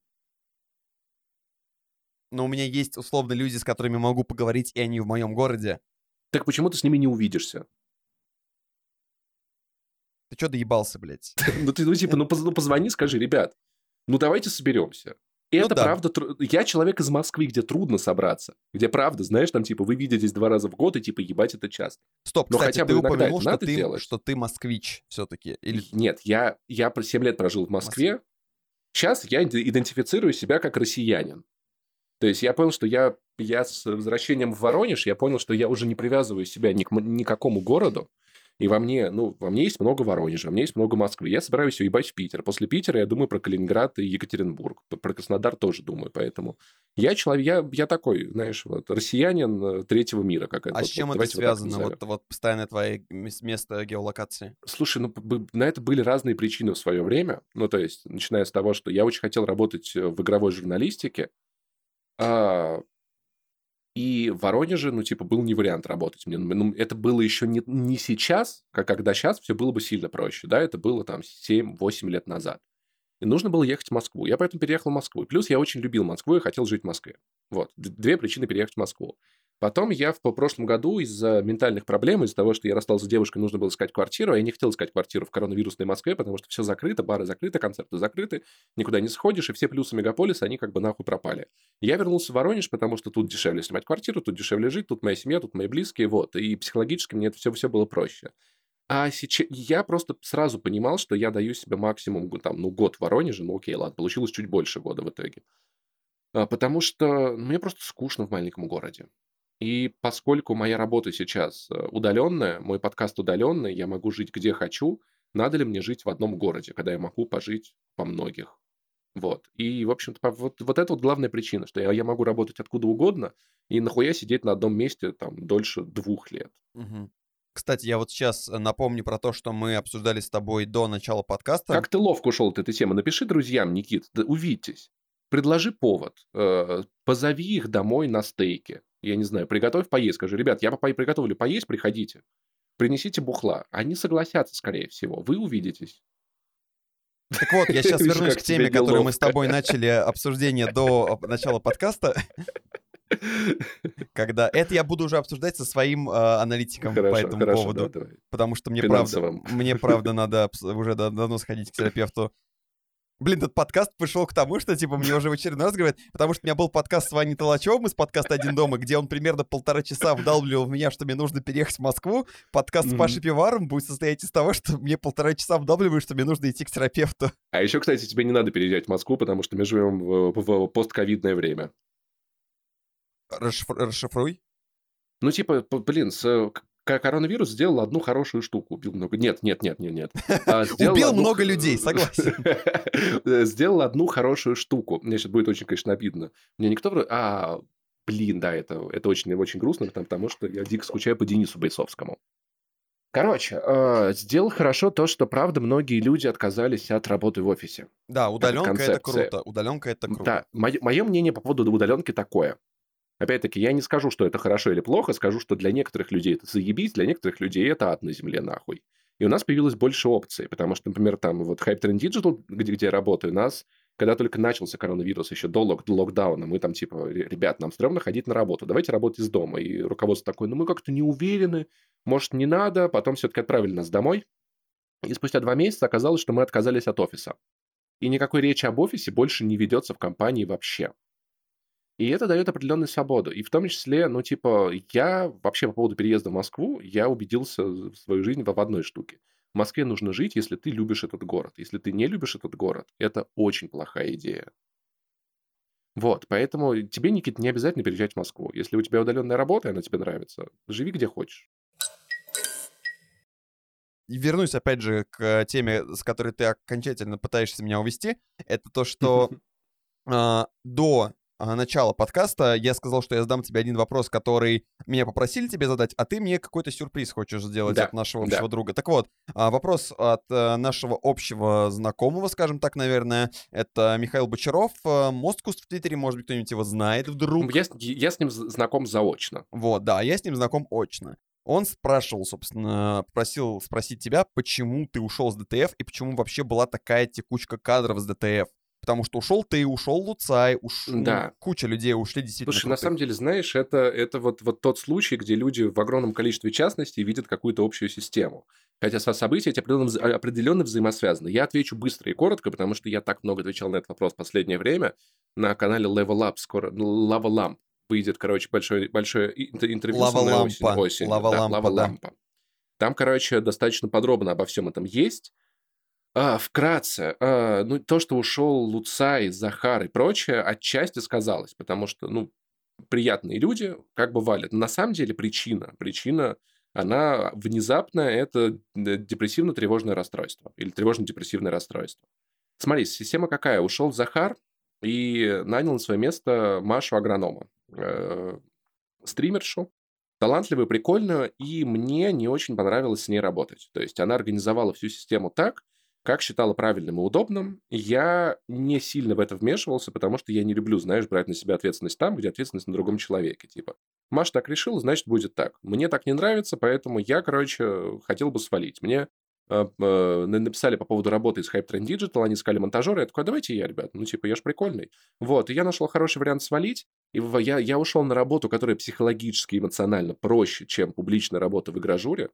Но у меня есть, условно, люди, с которыми могу поговорить, и они в моем городе. Так почему ты с ними не увидишься? Ты чё доебался, блядь? Позвони, скажи, ребят, давайте соберемся. И Ну это да. правда... Я человек из Москвы, где трудно собраться. Где правда, знаешь, там вы видитесь 2 раза в год, и ебать, это часто. Стоп, Но кстати, хотя ты бы иногда упомянул, это надо делать. что ты москвич все-таки. Или... Нет, я 7 лет прожил в Москве. Сейчас я идентифицирую себя как россиянин. То есть я понял, что я с возвращением в Воронеж, я понял, что я уже не привязываю себя ни к какому городу. И во мне есть много Воронежа, во мне есть много Москвы. Я собираюсь уебать в Питер. После Питера я думаю про Калининград и Екатеринбург. Про Краснодар тоже думаю. Поэтому я такой, знаешь, россиянин третьего мира. А с чем это связано? Вот постоянное твое место геолокации? Слушай, на это были разные причины в свое время. То есть, начиная с того, что я очень хотел работать в игровой журналистике. И в Воронеже, был не вариант работать мне. Это было еще не сейчас, как когда сейчас все было бы сильно проще. Да, это было там 7-8 лет назад. И нужно было ехать в Москву. Я поэтому переехал в Москву. Плюс я очень любил Москву и хотел жить в Москве. Вот. 2 причины переехать в Москву. Потом я в прошлом году из-за ментальных проблем, из-за того, что я расстался с девушкой, нужно было искать квартиру, а я не хотел искать квартиру в коронавирусной Москве, потому что все закрыто, бары закрыты, концерты закрыты, никуда не сходишь, и все плюсы мегаполиса, они нахуй пропали. Я вернулся в Воронеж, потому что тут дешевле снимать квартиру, тут дешевле жить, тут моя семья, тут мои близкие, вот. И психологически мне это все было проще. А сейчас я просто сразу понимал, что я даю себе максимум, год в Воронеже, окей, ладно, получилось чуть больше года в итоге. Потому что мне просто скучно в маленьком городе. И поскольку моя работа сейчас удаленная, мой подкаст удаленный, я могу жить где хочу, надо ли мне жить в одном городе, когда я могу пожить во многих? Вот. И, в общем-то, вот это главная причина, что я могу работать откуда угодно, и нахуя сидеть на одном месте дольше 2 лет. Угу. Кстати, я вот сейчас напомню про то, что мы обсуждали с тобой до начала подкаста. Как ты ловко ушел от этой темы. Напиши друзьям, Никит, увидитесь. Предложи повод. Позови их домой на стейки. Я не знаю, приготовь поесть. Скажи, ребят, я приготовлю поесть, приходите. Принесите бухла. Они согласятся, скорее всего. Вы увидитесь. Так вот, я сейчас вернусь к теме, которую мы с тобой начали обсуждение до начала подкаста. Когда это я буду уже обсуждать со своим аналитиком по этому поводу. Давай. Потому что мне правда надо уже давно сходить к терапевту. Блин, этот подкаст пришел к тому, что, мне уже в очередной раз говорят, потому что у меня был подкаст с Ваней Толачевым из подкаста «Один дома», где он примерно 1,5 часа вдалбливал в меня, что мне нужно переехать в Москву. Подкаст с Пашей Пиваром будет состоять из того, что мне 1,5 часа вдалбливают, что мне нужно идти к терапевту. А еще, кстати, тебе не надо переезжать в Москву, потому что мы живем в постковидное время. Расшифруй. Коронавирус сделал одну хорошую штуку. Убил много... Нет. Убил много людей, согласен. Сделал одну хорошую штуку. Мне сейчас будет очень, конечно, обидно. Мне никто... это очень грустно, потому что я дико скучаю по Денису Бойцовскому. Короче, сделал хорошо то, что, правда, многие люди отказались от работы в офисе. Да, удаленка это круто. Удаленка это круто. Да, мое мнение по поводу удаленки такое. Опять-таки, я не скажу, что это хорошо или плохо, скажу, что для некоторых людей это заебись, для некоторых людей это ад на земле нахуй. И у нас появилось больше опций, потому что, например, Hype Train Digital, где я работаю, когда только начался коронавирус, еще до локдауна, мы ребят, нам стрёмно ходить на работу, давайте работать из дома. И руководство такое, мы как-то не уверены, может, не надо, потом все-таки отправили нас домой. И спустя 2 месяца оказалось, что мы отказались от офиса. И никакой речи об офисе больше не ведется в компании вообще. И это дает определенную свободу. И в том числе, я вообще по поводу переезда в Москву, я убедился в свою жизнь в одной штуке. В Москве нужно жить, если ты любишь этот город. Если ты не любишь этот город, это очень плохая идея. Вот, поэтому тебе, Никит, не обязательно переезжать в Москву. Если у тебя удаленная работа, и она тебе нравится, живи где хочешь. И вернусь, опять же, к теме, с которой ты окончательно пытаешься меня увести. Это то, что до начала подкаста я сказал, что я задам тебе один вопрос, который меня попросили тебе задать, а ты мне какой-то сюрприз хочешь сделать от нашего общего друга. Так вот, вопрос от нашего общего знакомого, скажем так, наверное, это Михаил Бочаров, Мосткуст в Твиттере, может быть, кто-нибудь его знает вдруг. Я с ним знаком заочно. Вот, да, я с ним знаком очно. Он спрашивал, собственно, просил спросить тебя, почему ты ушел с ДТФ и почему вообще была такая текучка кадров с ДТФ. Потому что ушел ты, ушел Луцай, Да. куча людей ушли действительно Слушай, на самом крутых. деле, знаешь, это вот тот случай, где люди в огромном количестве частностей видят какую-то общую систему. Хотя события эти определенно взаимосвязаны. Я отвечу быстро и коротко, потому что я так много отвечал на этот вопрос в последнее время. На канале Level Up скоро, Lava Lamp выйдет, короче, большое интервью со мной осенью. Лава Да, лампа, Лава да. Лампа. Там, короче, достаточно подробно обо всем этом есть. Вкратце, ну, то, что ушел Луцай, Захар и прочее, отчасти сказалось, потому что, ну, приятные люди как бы валят. Но на самом деле причина, она внезапная, это депрессивно-тревожное расстройство или тревожно-депрессивное расстройство. Смотри, система какая? Ушел Захар и нанял на свое место Машу агронома, стримершу, талантливую, прикольную, и мне не очень понравилось с ней работать. То есть она организовала всю систему так, как считала правильным и удобным. Я не сильно в это вмешивался, потому что я не люблю, знаешь, брать на себя ответственность там, где ответственность на другом человеке. Типа, Маша так решила, значит, будет так. Мне так не нравится, поэтому я, короче, хотел бы свалить. Мне написали по поводу работы из Hype Train Digital, они искали монтажера, я такой, а давайте я, ребят, ну, типа, я ж прикольный. Вот, и я нашел хороший вариант свалить, и я ушел на работу, которая психологически и эмоционально проще, чем публичная работа в игражуре.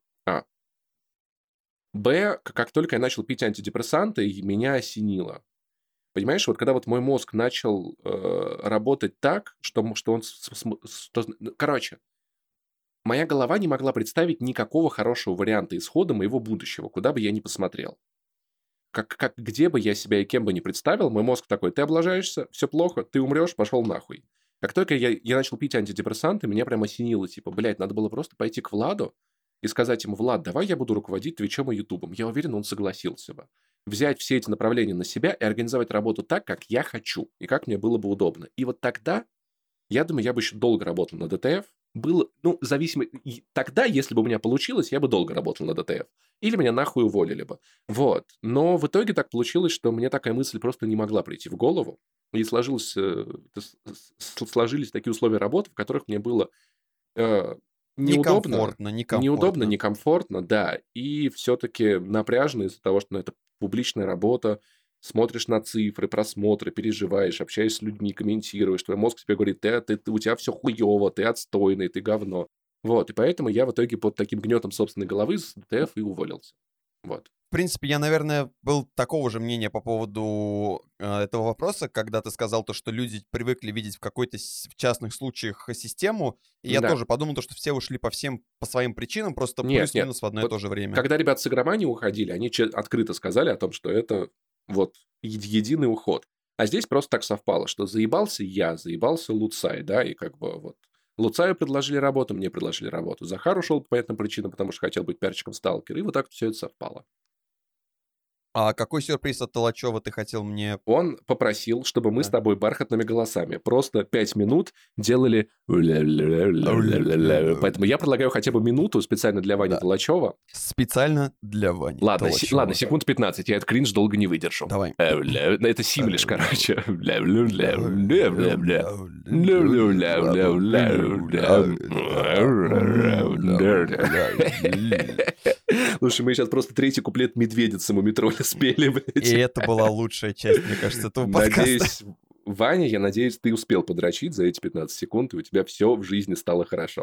Как только я начал пить антидепрессанты, меня осенило. Понимаешь, вот когда вот мой мозг начал работать так, что он... Короче, моя голова не могла представить никакого хорошего варианта исхода моего будущего, куда бы я ни посмотрел. Где бы я себя и кем бы ни представил, мой мозг такой, ты облажаешься, все плохо, ты умрешь, пошел нахуй. Как только я начал пить антидепрессанты, меня прям осенило, типа, блядь, надо было просто пойти к Владу и сказать ему, Влад, давай я буду руководить Твичом и Ютубом. Я уверен, он согласился бы. Взять все эти направления на себя и организовать работу так, как я хочу, и как мне было бы удобно. И вот тогда, я думаю, я бы еще долго работал на ДТФ. Было, ну, зависимо... Тогда, если бы у меня получилось, я бы долго работал на ДТФ. Или меня нахуй уволили бы. Вот. Но в итоге так получилось, что мне такая мысль просто не могла прийти в голову. И сложились такие условия работы, в которых мне было неудобно, некомфортно, да, и все-таки напряжно из-за того, что это публичная работа, смотришь на цифры, просмотры, переживаешь, общаешься с людьми, комментируешь, твой мозг тебе говорит, у тебя все хуево, ты отстойный, ты говно. Вот, и поэтому я в итоге под таким гнетом собственной головы с ДТФ и уволился. Вот. В принципе, я, наверное, был такого же мнения по поводу этого вопроса, когда ты сказал то, что люди привыкли видеть в какой-то в частных случаях систему, и я тоже подумал, то, что все ушли по своим причинам, просто плюс-минус в одно и то же время. Когда ребята с игромании уходили, они открыто сказали о том, что это вот единый уход. А здесь просто так совпало, что заебался я, заебался Луцай, да, и как бы вот Луцаю предложили работу, мне предложили работу. Захар ушел по понятным причинам, потому что хотел быть пиарщиком сталкера, и вот так все это совпало. А какой сюрприз от Толачева ты хотел мне... Он попросил, чтобы мы с тобой бархатными голосами просто 5 минут делали... Поэтому я предлагаю хотя бы минуту специально для Вани Толачева. Специально для Вани Толачева. Ладно, секунд 15, я этот кринж долго не выдержу. Давай. Это симлиш, короче. Слушай, мы сейчас просто третий куплет «Медведицы» Мумитроля спели, блядь. И это была лучшая часть, мне кажется, этого подкаста. Надеюсь, Ваня, я надеюсь, ты успел подрочить за эти 15 секунд, и у тебя все в жизни стало хорошо.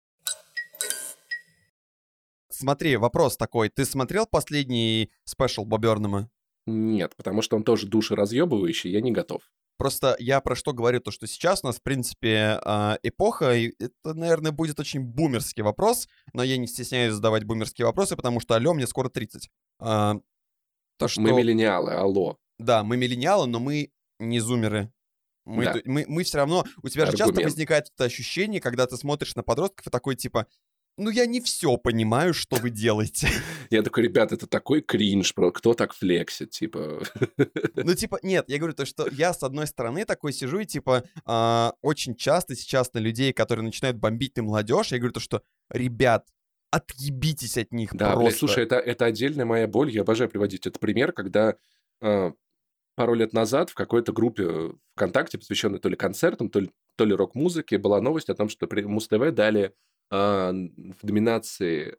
Смотри, вопрос такой. Ты смотрел последний спешл Бо Бернама? Нет, потому что он тоже душеразъебывающий, я не готов. Просто я про что говорю, то что сейчас у нас, в принципе, эпоха, и это, наверное, будет очень бумерский вопрос, но я не стесняюсь задавать бумерские вопросы, потому что, алло, мне скоро 30. Мы миллениалы, алло. Да, мы миллениалы, но мы не зумеры. Мы все равно... У тебя же часто возникает это ощущение, когда ты смотришь на подростков и такой, типа... Ну, я не все понимаю, что вы делаете. Я такой, ребят, это такой кринж, кто так флексит, типа... Ну, типа, нет, я говорю то, что я, с одной стороны, такой сижу и, типа, очень часто сейчас на людей, которые начинают бомбить на молодежь, я говорю то, что, ребят, отъебитесь от них да, просто. Блядь, слушай, это отдельная моя боль, я обожаю приводить этот пример, когда пару лет назад в какой-то группе ВКонтакте, посвященной то ли концертам, то ли рок-музыке, была новость о том, что Муз-ТВ дали в номинации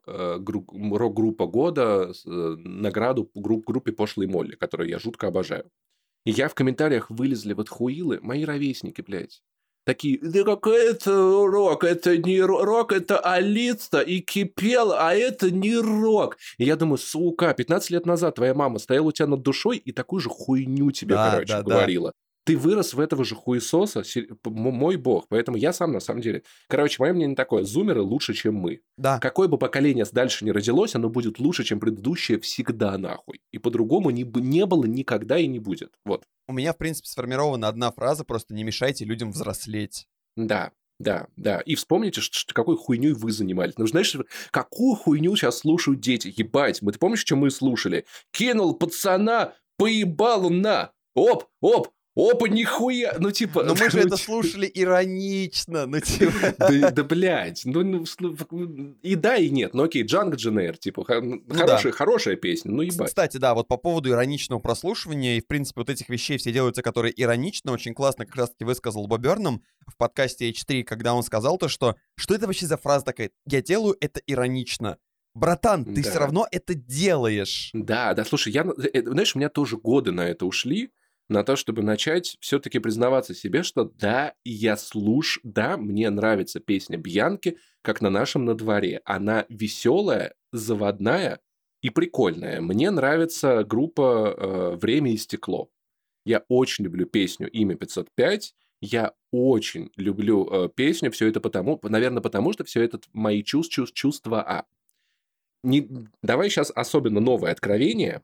рок-группа года награду группе Пошлой Молли, которую я жутко обожаю. И я в комментариях вылезли вот хуилы, мои ровесники, блядь. Такие, да какой это рок, это не рок, это Алиста и Кипел, а это не рок. И я думаю, сука, 15 лет назад твоя мама стояла у тебя над душой и такую же хуйню тебе, Да, да. говорила. Ты вырос в этого же хуесоса, мой бог. Поэтому я сам, на самом деле... мое мнение такое. Зумеры лучше, чем мы. Да. Какое бы поколение дальше не родилось, оно будет лучше, чем предыдущее всегда нахуй. И по-другому не было никогда и не будет. Вот. У меня, в принципе, сформирована одна фраза, просто не мешайте людям взрослеть. Да. И вспомните, какой хуйней вы занимались. Ну, знаешь, какую хуйню сейчас слушают дети? Ебать, ты помнишь, что мы слушали? Кинул пацана, поебал на. Оп, опа, нихуя! Ну, типа... Но мы же это слушали иронично, ну, типа... Да, блядь. И да, и нет. Ну, окей, Django Дженейр, типа, хорошая песня, ну, ебать. Кстати, да, вот по поводу ироничного прослушивания, и, в принципе, вот этих вещей все делаются, которые иронично, очень классно как раз-таки высказал Боб Бёрнам в подкасте H3, когда он сказал то, что это вообще за фраза такая? Я делаю это иронично. Братан, ты все равно это делаешь. Да, слушай, знаешь, у меня тоже годы на это ушли, на то, чтобы начать все-таки признаваться себе, что да, мне нравится песня Бьянки, как на нашем на дворе. Она веселая, заводная и прикольная. Мне нравится группа «Время и стекло». Я очень люблю песню «Имя 505». Я очень люблю песню «Все это потому», наверное, потому что все это мои чувства. Давай сейчас особенно новое откровение.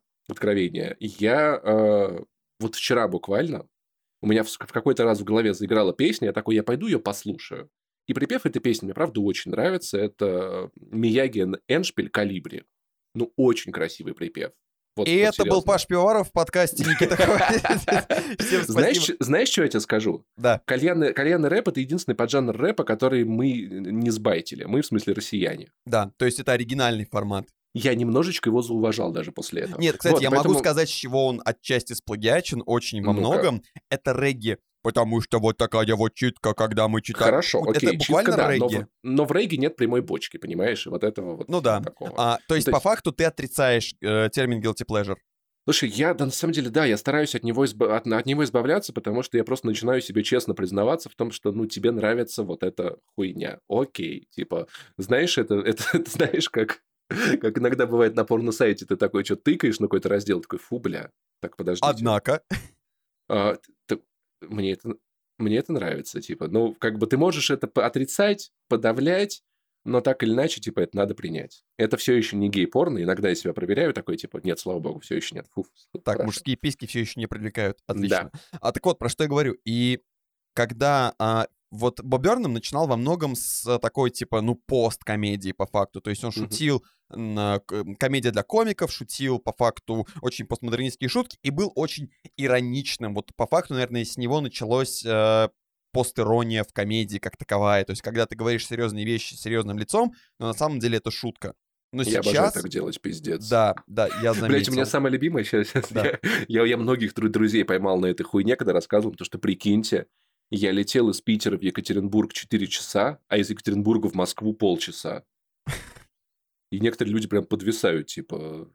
Я... Вот вчера буквально у меня в какой-то раз в голове заиграла песня, я пойду ее послушаю. И припев этой песни мне, правда, очень нравится. Это Мияги Эндшпиль «Калибри». Ну, очень красивый припев. Вот, и это был Паш Пивоваров в подкасте Никита Хватит. Знаешь, что я тебе скажу? Да. Кальянный рэп — это единственный поджанр рэпа, который мы не сбайтили. Мы, в смысле, россияне. Да, то есть это оригинальный формат. Я немножечко его зауважал даже после этого. Нет, кстати, могу сказать, с чего он отчасти сплагиачен очень во многом. Это регги. Потому что вот такая вот читка, когда мы читаем... Хорошо, окей, это буквально читка, да, регги. Но в регги нет прямой бочки, понимаешь? Вот этого вот. Ну да. То есть по факту ты отрицаешь термин guilty pleasure. Слушай, на самом деле, да, я стараюсь от него избавляться, потому что я просто начинаю себе честно признаваться в том, что, тебе нравится вот эта хуйня. Окей, типа, знаешь, это знаешь, как иногда бывает на порно-сайте, ты такой что-то тыкаешь на какой-то раздел, такой, фу, бля, так, подождите. Однако... Мне это нравится, типа, ты можешь это отрицать, подавлять, но так или иначе, типа, это надо принять. Это все еще не гей-порно, иногда я себя проверяю, такой, типа, нет, слава богу, все еще нет. Фу, так, хорошо. Мужские письки все еще не привлекают, отлично. Да. Так вот, про что я говорю, и когда... Вот Боб Бёрнам начинал во многом с такой, типа, пост-комедии по факту. То есть он шутил, комедия для комиков, шутил по факту очень постмодернистские шутки и был очень ироничным. Вот по факту, наверное, с него началось пост-ирония в комедии как таковая. То есть когда ты говоришь серьезные вещи серьезным лицом, но на самом деле это шутка. Но я сейчас... обожаю так делать, пиздец. Да, я заметил. Блять, у меня самое любимое сейчас. Да. Я многих друзей поймал на этой хуйне, когда рассказывал, потому что, прикиньте, я летел из Питера в Екатеринбург 4 часа, а из Екатеринбурга в Москву полчаса. И некоторые люди прям подвисают, типа...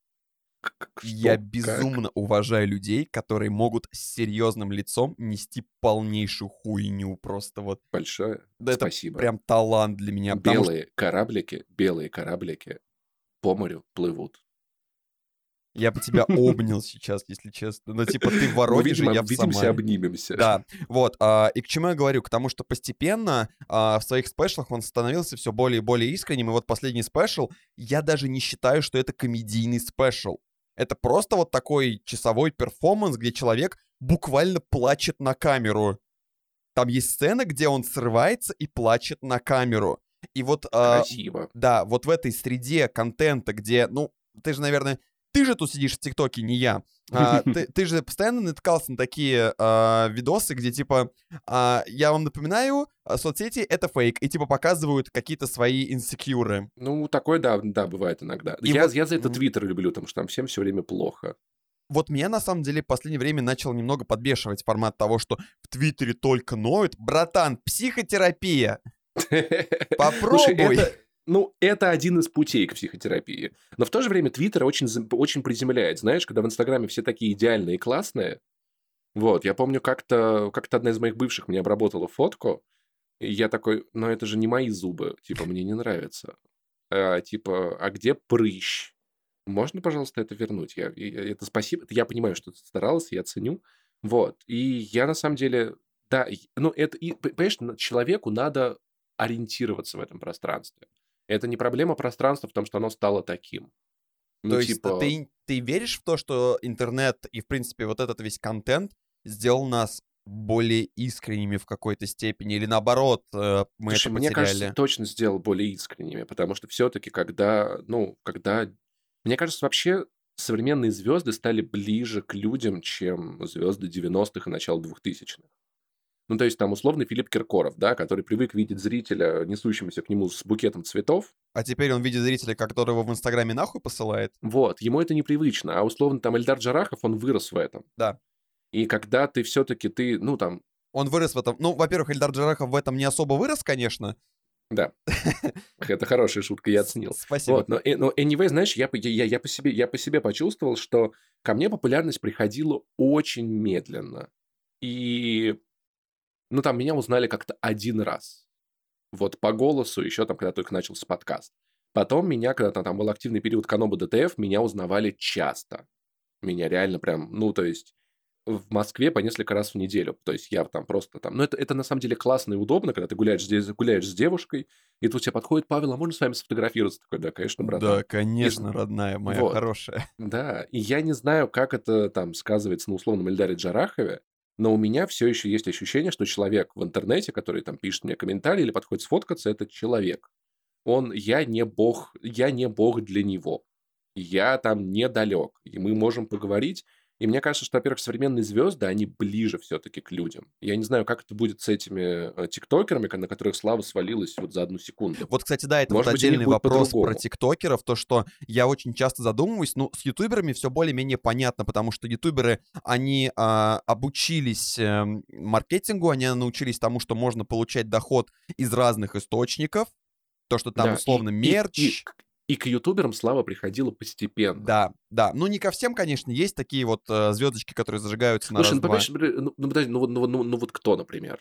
Я безумно уважаю людей, которые могут с серьезным лицом нести полнейшую хуйню. Просто вот... Большое спасибо. Это прям талант для меня. Белые кораблики по морю плывут. Я бы тебя обнял сейчас, если честно. Но типа ты в Воронеже, я в Самаре. Увидимся, обнимемся. Да, вот. И к чему я говорю? К тому, что постепенно в своих спешлах он становился все более и более искренним. И вот последний спешл, я даже не считаю, что это комедийный спешл. Это просто вот такой часовой перформанс, где человек буквально плачет на камеру. Там есть сцена, где он срывается и плачет на камеру. И вот... Красиво. Да, вот в этой среде контента, где, ты же, наверное... Ты же тут сидишь в ТикТоке, не я. Ты же постоянно натыкался на такие видосы, где типа, я вам напоминаю, соцсети — это фейк, и типа показывают какие-то свои инсекьюры. Такое, да, бывает иногда. Я за это Твиттер люблю, потому что там всем все время плохо. Вот меня, на самом деле, в последнее время начал немного подбешивать формат того, что в Твиттере только ноют. Братан, психотерапия. Попробуй. Это один из путей к психотерапии. Но в то же время Твиттер очень приземляет. Знаешь, когда в Инстаграме все такие идеальные и классные, Вот, я помню, как-то одна из моих бывших мне обработала фотку, и я такой, ну это же не мои зубы, типа, мне не нравится. Типа, а где прыщ? Можно, пожалуйста, это вернуть? Это спасибо, это я понимаю, что ты старался, я ценю. Вот, и я на самом деле, да, ну это, понимаешь, человеку надо ориентироваться в этом пространстве. Это не проблема пространства в том, что оно стало таким. Ну, То есть типа, ты веришь в то, что интернет и, в принципе, вот этот весь контент сделал нас более искренними в какой-то степени? Или наоборот, мы это слушай, мне кажется, потеряли? точно сделал более искренними, потому что все-таки, когда, мне кажется, вообще современные звезды стали ближе к людям, чем звезды 90-х и начала 2000-х. Ну, то есть там условный Филипп Киркоров, да, который привык видеть зрителя, несущегося к нему с букетом цветов. А теперь он видит зрителя, которого в Инстаграме нахуй посылает? Вот, ему это непривычно. А условно там Эльдар Джарахов, он вырос в этом. Да. И когда ты все-таки, ну, там, Он вырос в этом. Ну, во-первых, Эльдар Джарахов в этом не особо вырос, конечно. да, это хорошая шутка, я оценил. Спасибо. Вот, но anyway, знаешь, я по себе почувствовал, что ко мне популярность приходила очень медленно. И, ну, там, меня узнали как-то один раз. Вот по голосу, еще там, когда только начался подкаст. Потом меня, когда там был активный период Канобу ДТФ, меня узнавали часто. Меня реально прям, ну, то есть в Москве по несколько раз в неделю. То есть я там просто там... Ну, это на самом деле классно и удобно, когда ты гуляешь с девушкой, и тут тебе подходит: Павел, а можно с вами сфотографироваться? Такой, да, конечно, братан. Да, конечно, родная моя Вот, хорошая. да. И я не знаю, как это там сказывается на условном Эльдаре Джарахове, но у меня все еще есть ощущение, что человек в интернете, который там пишет мне комментарии или подходит сфоткаться, это человек. Я не бог для него. Я там недалек. И мы можем поговорить. И мне кажется, что, во-первых, современные звезды, они ближе все-таки к людям. Я не знаю, как это будет с этими тиктокерами, на которых слава свалилась вот за одну секунду. Вот, кстати, да, это вот Может быть, у них отдельный будет вопрос про по-другому. тиктокеров, то, что я очень часто задумываюсь, ну, с ютуберами все более-менее понятно, потому что ютуберы, они обучились маркетингу, они научились тому, что можно получать доход из разных источников, то, что там Да, условно мерч. и к ютуберам слава приходила постепенно. Да, да. Ну, не ко всем, конечно, есть такие вот звездочки, которые зажигаются на Слушай, ну, раз-два. понимаешь, подожди, ну вот кто, например?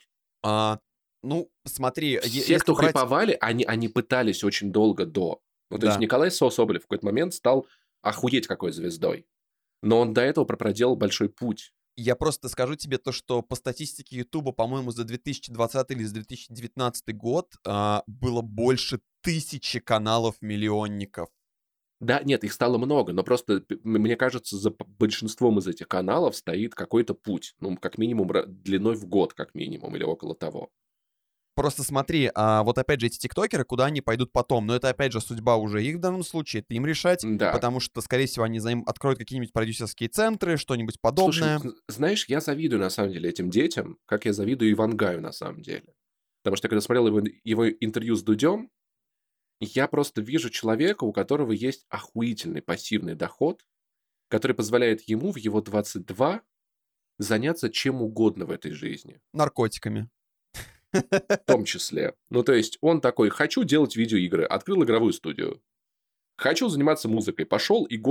Ну, смотри, Все, если кто брать... хайповали, они пытались очень долго до. Ну, то есть Да. Николай Соболев в какой-то момент стал охуеть какой звездой. Но он до этого проделал большой путь. Я просто скажу тебе то, что по статистике Ютуба, по-моему, за 2020 или за 2019 год было больше 1000 каналов-миллионников. Да, нет, их стало много, но просто, мне кажется, за большинством из этих каналов стоит какой-то путь. Ну, как минимум, длиной в год, как минимум, или около того. Просто смотри, вот опять же эти тиктокеры, куда они пойдут потом. Но это опять же судьба уже их в данном случае, это им решать, Да. потому что, скорее всего, они откроют какие-нибудь продюсерские центры, что-нибудь Слушай, подобное. знаешь, я завидую, на самом деле, этим детям, как я завидую Ивангаю, на самом деле. Потому что, когда смотрел его интервью с Дудем, я просто вижу человека, у которого есть охуительный пассивный доход, который позволяет ему в его 22 заняться чем угодно в этой жизни. Наркотиками. В том числе. Ну, то есть, он такой: хочу делать видеоигры, открыл игровую студию. Хочу заниматься музыкой. Пошел и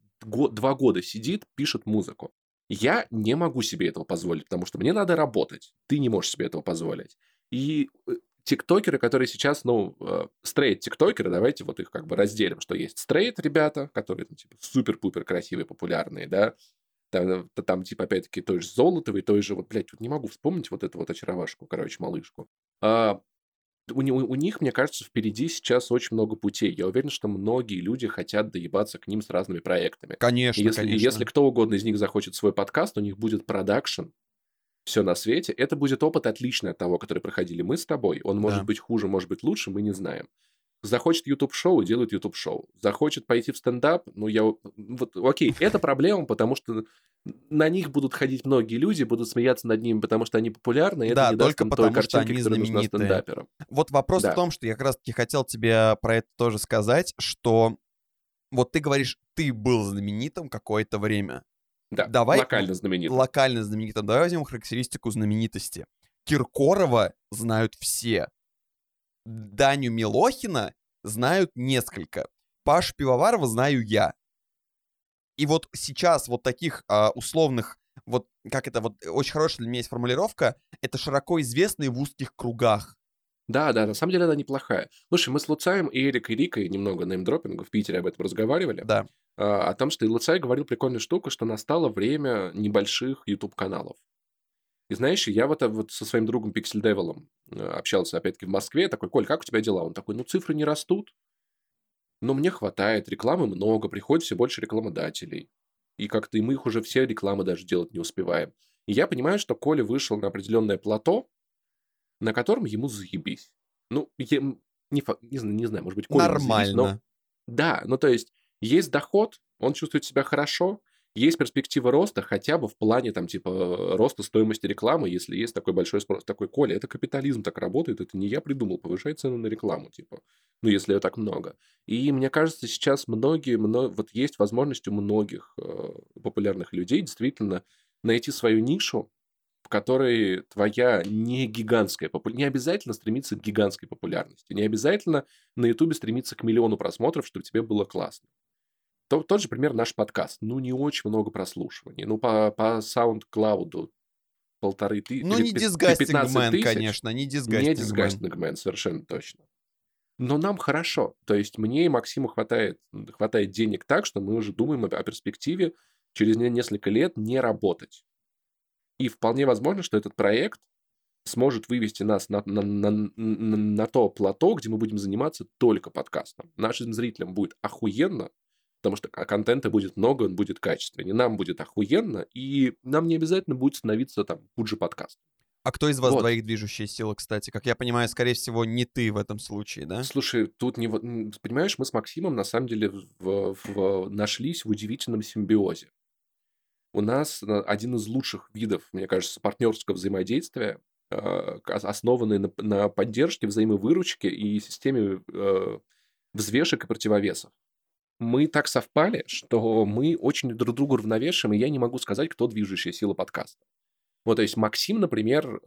2 года сидит, пишет музыку. Я не могу себе этого позволить, потому что мне надо работать. Ты не можешь себе этого позволить. И тиктокеры, которые сейчас, стрейт-тиктокеры, давайте вот их как бы разделим, что есть стрейт ребята, которые типа супер-пупер красивые, популярные, да, там типа, опять-таки, той же Золотовой, той же, вот, блядь, вот не могу вспомнить вот эту вот очаровашку, короче, малышку. У них, мне кажется, впереди сейчас очень много путей. Я уверен, что многие люди хотят доебаться к ним с разными проектами. Конечно, И конечно. если кто угодно из них захочет свой подкаст, у них будет продакшн, все на свете. Это будет опыт отличный от того, который проходили мы с тобой. Он может быть хуже, может быть лучше, мы не знаем. Захочет YouTube-шоу, делает YouTube-шоу. Захочет пойти в стендап, окей, это проблема, потому что на них будут ходить многие люди, будут смеяться над ними, потому что они популярны, и это не даст только им той потому, что картинки, они которая нужна знаменитые. стендаперам. Вот вопрос в том, что я как раз-таки хотел тебе про это тоже сказать, что вот ты говоришь, ты был знаменитым какое-то время. Да, Давай, локально знаменитым. Локально знаменитым. Давай возьмем характеристику знаменитости. Киркорова знают все. Даню Милохина знают несколько. Пашу Пивоварова знаю я. И вот сейчас вот таких условных, вот как это, вот очень хорошая для меня есть формулировка, это широко известный в узких кругах. Да, на самом деле она неплохая. Слушай, мы с Луцаем и Эрикой Рикой немного неймдропингу в Питере об этом разговаривали. Да. О том, что и Луцай говорил прикольную штуку, что настало время небольших YouTube-каналов. И знаешь, я вот со своим другом Pixel Devil общался опять-таки в Москве. Такой: Коль, как у тебя дела? Он такой: ну, цифры не растут, но мне хватает, рекламы много, приходит все больше рекламодателей. И как-то и мы их уже все рекламы даже делать не успеваем. И я понимаю, что Коля вышел на определенное плато, на котором ему заебись. Ну, не знаю, может быть, Коля не заебись, но... Нормально. Да, ну то есть есть доход, он чувствует себя хорошо, есть перспектива роста, хотя бы в плане там типа роста стоимости рекламы, если есть такой большой спрос. Такой: Коля, это капитализм так работает, это не я придумал, повышай цену на рекламу, типа, ну если ее так много. И мне кажется, сейчас вот есть возможность у многих популярных людей действительно найти свою нишу, в которой твоя не гигантская популярность. Не обязательно стремиться к гигантской популярности. Не обязательно на Ютубе стремиться к 1 миллиону просмотров, чтобы тебе было классно. Тот же пример наш подкаст. Ну, не очень много прослушиваний. Ну, по SoundCloud 1500... Ну, не Disgusting 15 Man, тысяч. конечно, не Не Disgusting Man. Disgusting Man, совершенно точно. Но нам хорошо. То есть мне и Максиму хватает денег так, что мы уже думаем о перспективе через несколько лет не работать. И вполне возможно, что этот проект сможет вывести нас на то плато, где мы будем заниматься только подкастом. Нашим зрителям будет охуенно, потому что контента будет много, он будет качественный. Нам будет охуенно, и нам не обязательно будет становиться там хуже подкаст. А кто из вас Вот. двоих движущая сила, кстати? Как я понимаю, скорее всего, не ты в этом случае, да? Слушай, тут понимаешь, мы с Максимом на самом деле нашлись в удивительном симбиозе. У нас один из лучших видов, мне кажется, партнерского взаимодействия, основанный на поддержке, взаимовыручке и системе взвешек и противовесов. Мы так совпали, что мы очень друг другу равновешиваем, и я не могу сказать, кто движущая сила подкаста. Вот, то есть Максим, например,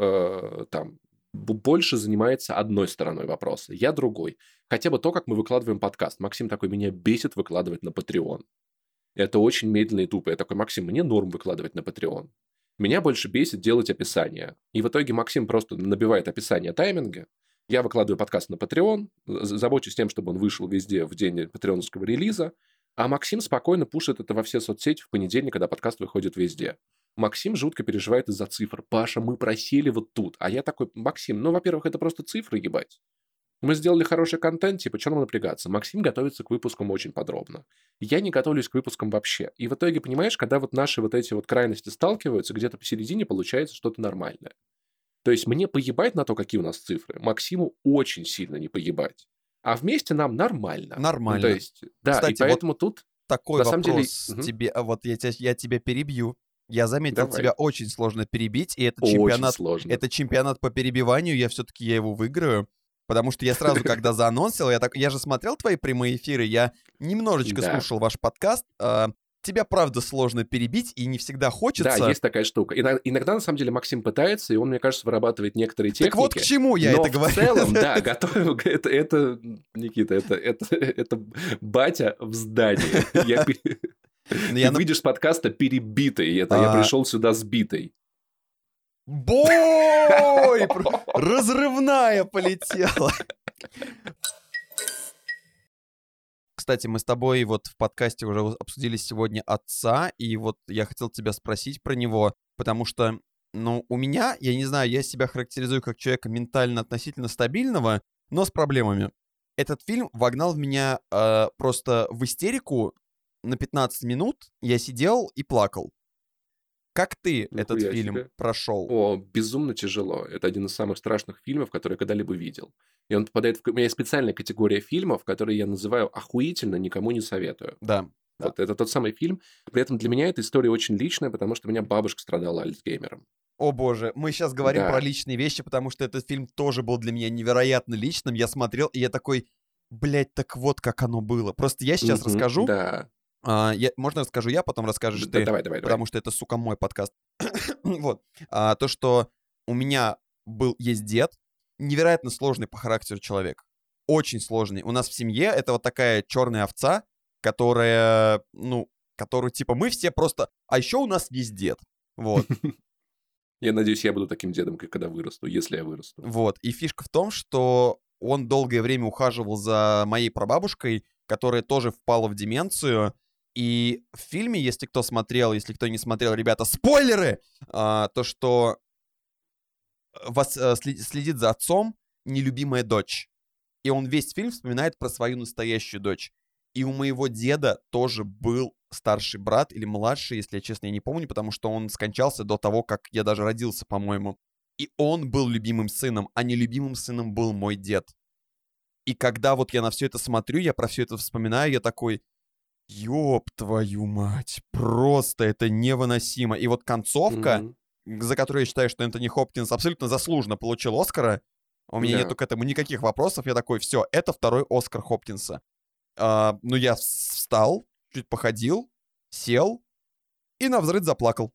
больше занимается одной стороной вопроса, я другой. Хотя бы то, как мы выкладываем подкаст. Максим такой: меня бесит выкладывать на Patreon. Это очень медленно и тупо. Я такой: Максим, мне норм выкладывать на Patreon. Меня больше бесит делать описание. И в итоге Максим просто набивает описание тайминга. Я выкладываю подкаст на Patreon, забочусь тем, чтобы он вышел везде в день патреоновского релиза, а Максим спокойно пушит это во все соцсети в понедельник, когда подкаст выходит везде. Максим жутко переживает из-за цифр. Паша, мы просели вот тут. А я такой: Максим, ну, во-первых, это просто цифры, ебать. Мы сделали хороший контент, типа, что нам напрягаться? Максим готовится к выпускам очень подробно. Я не готовлюсь к выпускам вообще. И в итоге, понимаешь, когда вот наши вот эти вот крайности сталкиваются, где-то посередине получается что-то нормальное. То есть мне поебать на то, какие у нас цифры, Максиму очень сильно не поебать. А вместе нам нормально. Нормально. Ну, то есть, да, Кстати, и поэтому вот тут... Такой на самом деле... вопрос тебе, вот я тебя перебью. Я заметил, Давай. тебя очень сложно перебить, и это Очень сложно. это чемпионат по перебиванию, я его выиграю. Потому что я сразу, когда заанонсил, я же смотрел твои прямые эфиры, я немножечко слушал ваш подкаст. Тебя, правда, сложно перебить, и не всегда хочется. Да, есть такая штука. Иногда, на самом деле, Максим пытается, и он, мне кажется, вырабатывает некоторые техники. Так вот к чему я это говорю. В целом, да, готовил... Это, Никита, это батя в здании. Ты выйдешь с подкаста перебитый. Я пришел сюда сбитый. Бой! Разрывная полетела. Кстати, мы с тобой вот в подкасте уже обсудили сегодня отца, и вот я хотел тебя спросить про него, потому что, ну, у меня, я не знаю, я себя характеризую как человека ментально относительно стабильного, но с проблемами. Этот фильм вогнал в меня просто в истерику на 15 минут. Я сидел и плакал. Как ты этот фильм прошел? О, безумно тяжело. Это один из самых страшных фильмов, которые я когда-либо видел. И он попадает У меня есть специальная категория фильмов, которые я называю охуительно, никому не советую. Да. Вот это тот самый фильм. При этом для меня эта история очень личная, потому что у меня бабушка страдала Альцгеймером. О боже, мы сейчас говорим про личные вещи, потому что этот фильм тоже был для меня невероятно личным. Я смотрел, и я такой, блядь, так вот как оно было. Просто я сейчас расскажу. Да. Можно расскажу я, потом расскажешь ты. Давай. Потому что это, сука, мой подкаст. Вот. То, что у меня есть дед, невероятно сложный по характеру человек. Очень сложный. У нас в семье это вот такая черная овца, которая, которую, типа, мы все просто... А еще у нас есть дед. Вот. Я надеюсь, я буду таким дедом, когда вырасту, если я вырасту. Вот. И фишка в том, что он долгое время ухаживал за моей прабабушкой, которая тоже впала в деменцию. И в фильме, если кто смотрел, если кто не смотрел, ребята, спойлеры! То, что следит за отцом нелюбимая дочь. И он весь фильм вспоминает про свою настоящую дочь. И у моего деда тоже был старший брат или младший, если я честно, я не помню, потому что он скончался до того, как я даже родился, по-моему. И он был любимым сыном, а нелюбимым сыном был мой дед. И когда вот я на все это смотрю, я про все это вспоминаю, я такой, ёб твою мать, просто это невыносимо. И вот концовка, за которую я считаю, что Энтони Хопкинс абсолютно заслуженно получил Оскара, у меня нету к этому никаких вопросов, я такой, все, это второй Оскар Хопкинса. Ну, я встал, чуть походил, сел и навзрыд заплакал.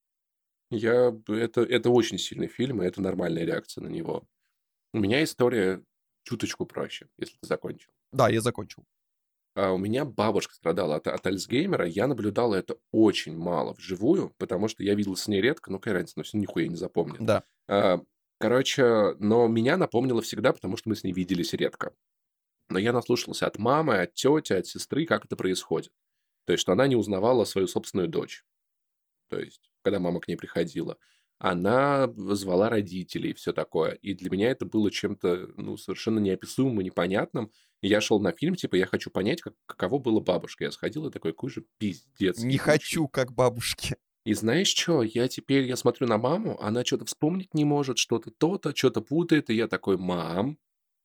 Это очень сильный фильм, и это нормальная реакция на него. У меня история чуточку проще, если ты закончил. Да, я закончил. У меня бабушка страдала от Альцгеймера, я наблюдал это очень мало вживую, потому что я видел с ней редко, ну какая разница, но все нихуя не запомню. Да. Короче, но меня напомнило всегда, потому что мы с ней виделись редко. Но я наслушался от мамы, от тети, от сестры, как это происходит. То есть, что она не узнавала свою собственную дочь. То есть, когда мама к ней приходила, она звала родителей и все такое. И для меня это было чем-то, ну, совершенно неописуемым и непонятным. И я шел на фильм, типа, я хочу понять, каково было бабушка. Я сходил и такой, какой же пиздец. Не хочу, как бабушки. И знаешь что, я смотрю на маму, она что-то вспомнить не может, что-то то-то, что-то путает, и я такой, мам,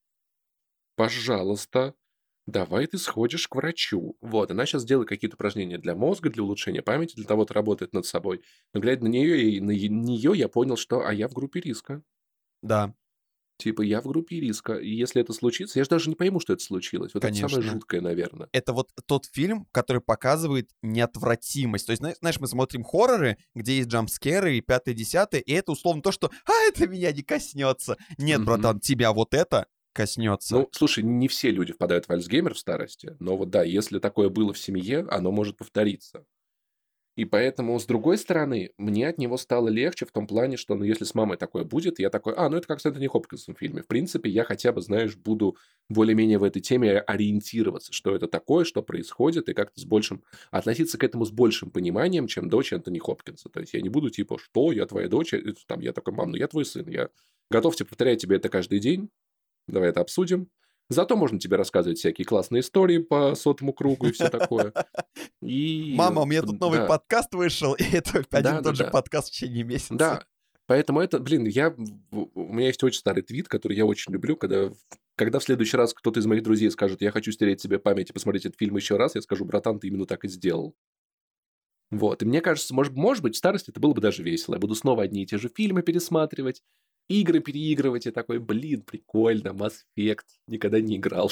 пожалуйста, давай ты сходишь к врачу. Вот, она сейчас делает какие-то упражнения для мозга, для улучшения памяти, для того-то работает над собой. Но глядя на нее, я понял, что я в группе риска. Да. Типа, я в группе риска. И если это случится, я же даже не пойму, что это случилось. Вот Конечно. это самое жуткое, наверное. Это вот тот фильм, который показывает неотвратимость. То есть, знаешь, мы смотрим хорроры, где есть джампскеры и 5-10, и это условно то, что это меня не коснется. Нет, братан, тебя вот это коснется. Ну, слушай, не все люди впадают в Альцгеймер в старости, но вот да, если такое было в семье, оно может повториться. И поэтому, с другой стороны, мне от него стало легче в том плане, что, ну, если с мамой такое будет, я такой, ну, это как с Энтони Хопкинсом в фильме. В принципе, я хотя бы, знаешь, буду более-менее в этой теме ориентироваться, что это такое, что происходит, и как-то относиться к этому с большим пониманием, чем дочь Энтони Хопкинса. То есть, я не буду, типа, что, я твоя дочь? Там, я такой, мам, ну, я твой сын, я готов повторять тебе это каждый день, давай это обсудим. Зато можно тебе рассказывать всякие классные истории по сотому кругу и все такое. Мама, у меня тут новый подкаст вышел, и это один и тот же подкаст в течение месяца. Да, поэтому это, у меня есть очень старый твит, который я очень люблю, когда в следующий раз кто-то из моих друзей скажет, я хочу стереть себе память и посмотреть этот фильм еще раз, я скажу, братан, ты именно так и сделал. Вот, и мне кажется, может быть, в старости это было бы даже весело. Я буду снова одни и те же фильмы пересматривать, игры переигрывать, и такой, прикольно, Mass Effect, никогда не играл.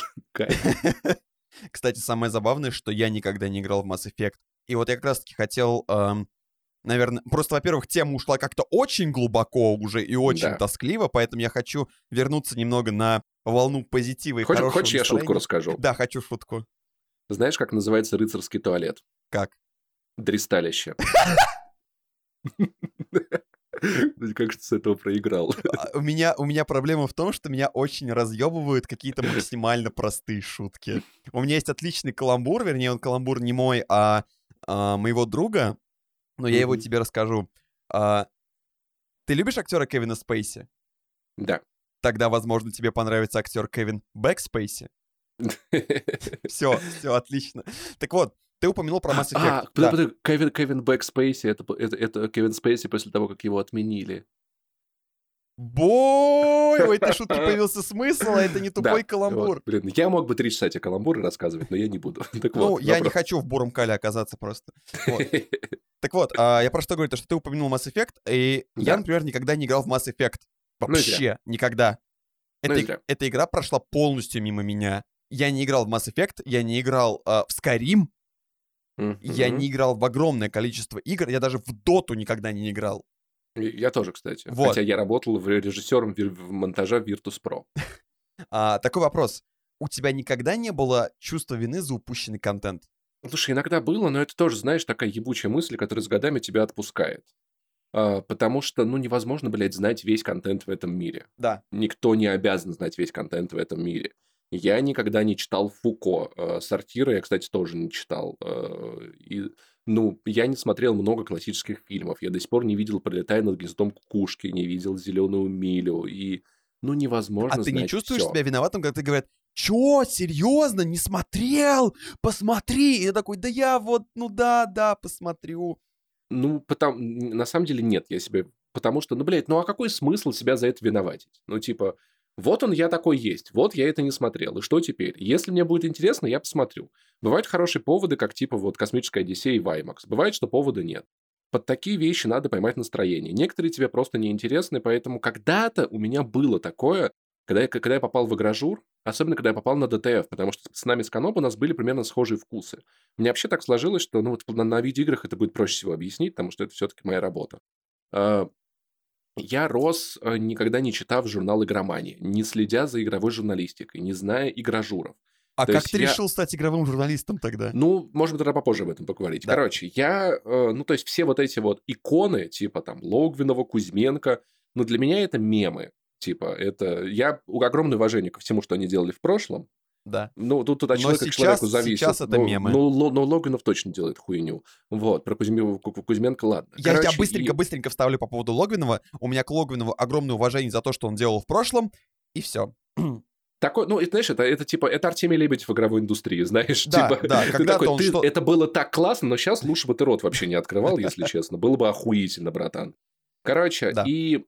Кстати, самое забавное, что я никогда не играл в Mass Effect. И вот я как раз-таки хотел, наверное, просто, во-первых, тема ушла как-то очень глубоко уже и очень тоскливо, поэтому я хочу вернуться немного на волну позитива и хорошего Хочешь, я шутку расскажу? Да, хочу шутку. Знаешь, как называется рыцарский туалет? Как? Дристалище. Как же ты с этого проиграл? У меня проблема в том, что меня очень разъебывают какие-то максимально простые шутки. У меня есть отличный каламбур, вернее, он каламбур не мой, а моего друга, но я его тебе расскажу. Ты любишь актера Кевина Спейси? Да. Тогда, возможно, тебе понравится актер Кевин Бэкспейси. Все, отлично. Так вот, ты упомянул про Mass Effect. Подожди, Кевин Бэкспейси, это Кевин Спейси после того, как его отменили. Бой! У этой шутки появился смысл, а это не тупой каламбур. Вот, я мог бы 3 часа тебе каламбуры рассказывать, но я не буду. Я не хочу в буром кале оказаться просто. Так вот, я про что говорю, то что ты упомянул Mass Effect, и я, например, никогда не играл в Mass Effect. Вообще никогда. Эта игра прошла полностью мимо меня. Я не играл в Mass Effect, я не играл в Skyrim, я не играл в огромное количество игр, я даже в Доту никогда не играл. Я тоже, кстати. Вот. Хотя я работал режиссером монтажа Virtus.pro. Такой вопрос. У тебя никогда не было чувства вины за упущенный контент? Слушай, иногда было, но это тоже, знаешь, такая ебучая мысль, которая с годами тебя отпускает. Потому что, ну, невозможно, блядь, знать весь контент в этом мире. Да. Никто не обязан знать весь контент в этом мире. Я никогда не читал Фуко. Сортира я, кстати, тоже не читал. Ну, я не смотрел много классических фильмов. Я до сих пор не видел «Пролетая над гнездом кукушки», не видел «Зеленую милю». И, ну, А невозможно ты не знать чувствуешь все. себя виноватым, когда ты говорят: чё, серьезно, не смотрел? Посмотри. И я такой: да я вот, ну да, посмотрю. Ну, на самом деле нет, я себе... Потому что, ну, блядь, ну а какой смысл себя за это виноватить? Ну, типа, вот он, я такой есть, вот я это не смотрел, и что теперь? Если мне будет интересно, я посмотрю. Бывают хорошие поводы, как типа вот «Космическая Одиссея» и «Ваймакс». Бывает, что повода нет. Под такие вещи надо поймать настроение. Некоторые тебе просто неинтересны, поэтому когда-то у меня было такое, когда я попал в игражур, особенно когда я попал на ДТФ, потому что с нами с Каноб у нас были примерно схожие вкусы. У меня вообще так сложилось, что ну, вот на видеоиграх это будет проще всего объяснить, потому что это все-таки моя работа. А, Я рос, никогда не читав журнал «Игромания», не следя за игровой журналистикой, не зная игражуров. А То как есть ты я... решил стать игровым журналистом тогда? Ну, можем тогда попозже об этом поговорить. Да. Короче, ну, то есть все вот эти вот иконы, типа там Логвинова, Кузьменко, ну, для меня это мемы. Типа, я огромное уважение ко всему, что они делали в прошлом. Да. Ну, тут от Но человека к человеку зависит. сейчас это мемы. Но Логвинов точно делает хуйню. Вот, про Кузьменко, ладно. Я Короче, быстренько вставлю по поводу Логвинова. У меня к Логвинову огромное уважение за то, что он делал в прошлом, и все. Такой, ну, знаешь, это типа, это Артемий Лебедев в игровой индустрии, знаешь, Да, типа, да, ты когда-то такой, он что... это было так классно, но сейчас лучше бы ты рот вообще не открывал, если честно, было бы охуительно, братан. Короче, Да. и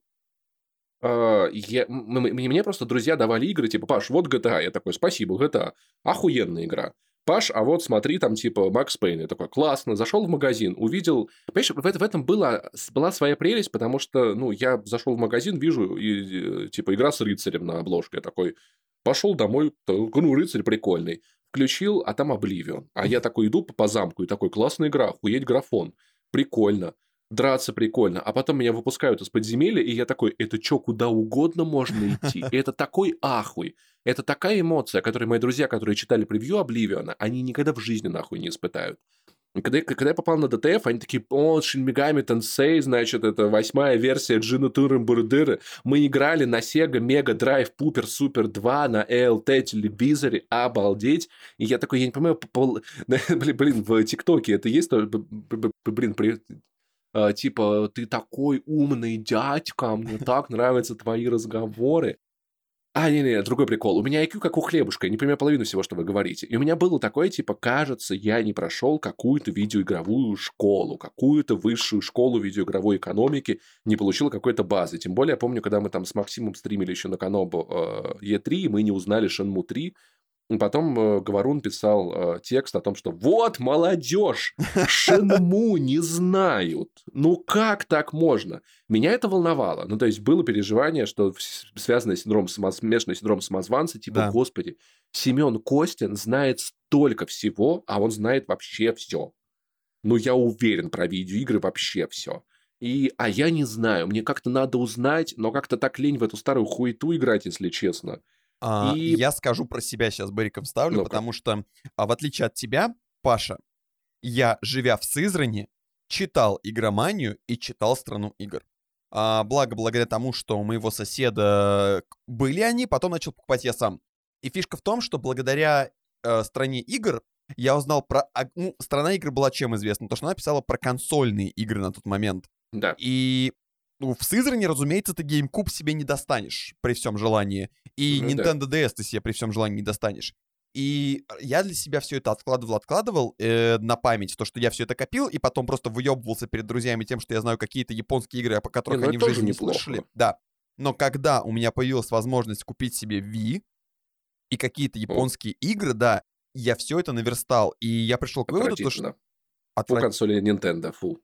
мне просто друзья давали игры, типа, Паш, вот GTA, я такой, спасибо, GTA, охуенная игра. Паш, а вот смотри, там, типа, Макс Пейн. Я такой, классно, зашел в магазин, увидел... Понимаешь, в этом была своя прелесть, потому что, ну, я зашел в магазин, вижу, типа, игра с рыцарем на обложке. Я такой, пошел домой, ну, рыцарь прикольный. Включил, а там Обливион. А я такой иду по замку и такой, классная игра, охуеть графон. Прикольно. Драться прикольно. А потом меня выпускают из подземелья, и я такой, это что, куда угодно можно идти? И это такой ахуй. Это такая эмоция, которую мои друзья, которые читали превью Обливиона, они никогда в жизни нахуй не испытают. И когда я попал на ДТФ, они такие, о, Shin Megami Tensei, значит, это 8-я версия Джина Турен-Бурдыры. Мы играли на Sega Mega Drive Pooper Super 2 на ELT телевизоре, обалдеть. И я такой, я не понимаю, блин, в ТикТоке это есть? Блин, типа, ты такой умный дядька, мне так нравятся твои разговоры. Не, другой прикол. У меня IQ как у хлебушка, я не понимаю половину всего, что вы говорите. И у меня было такое, типа, кажется, я не прошел какую-то видеоигровую школу, какую-то высшую школу видеоигровой экономики, не получил какой-то базы. Тем более, я помню, когда мы там с Максимом стримили еще на Канобу E3, мы не узнали Shenmue 3. И потом Говорун писал текст о том, что вот молодежь, Шенму не знают. Ну как так можно? Меня это волновало. Ну, то есть, было переживание, что связанное с смешанный синдром самозванца, типа, Да. господи, Семен Костин знает столько всего, а он знает вообще все. Ну, я уверен про видеоигры вообще все. А я не знаю, мне как-то надо узнать, но как-то так лень в эту старую хуету играть, если честно. Я скажу про себя сейчас, бэриком вставлю, Ну-ка. потому что, в отличие от тебя, Паша, я, живя в Сызрани, читал игроманию и читал «Страну игр». Благо, благодаря тому, что у моего соседа были они, потом начал покупать я сам. И фишка в том, что благодаря «Стране игр» я узнал про... «Страна игр» была чем известна? То, что она писала про консольные игры на тот момент. Да. И в Сызрани, разумеется, ты GameCube себе не достанешь при всем желании. И Ну да. Nintendo DS ты себе при всем желании не достанешь. И я для себя все это откладывал на память, то, что я все это копил, и потом просто выебывался перед друзьями тем, что я знаю какие-то японские игры, о которых ну они в это жизни тоже не неплохо. слышали. Да. Но когда у меня появилась возможность купить себе Wii и какие-то японские игры, да, я все это наверстал. И я пришел к выводу, то, что... По консоли Nintendo, фу.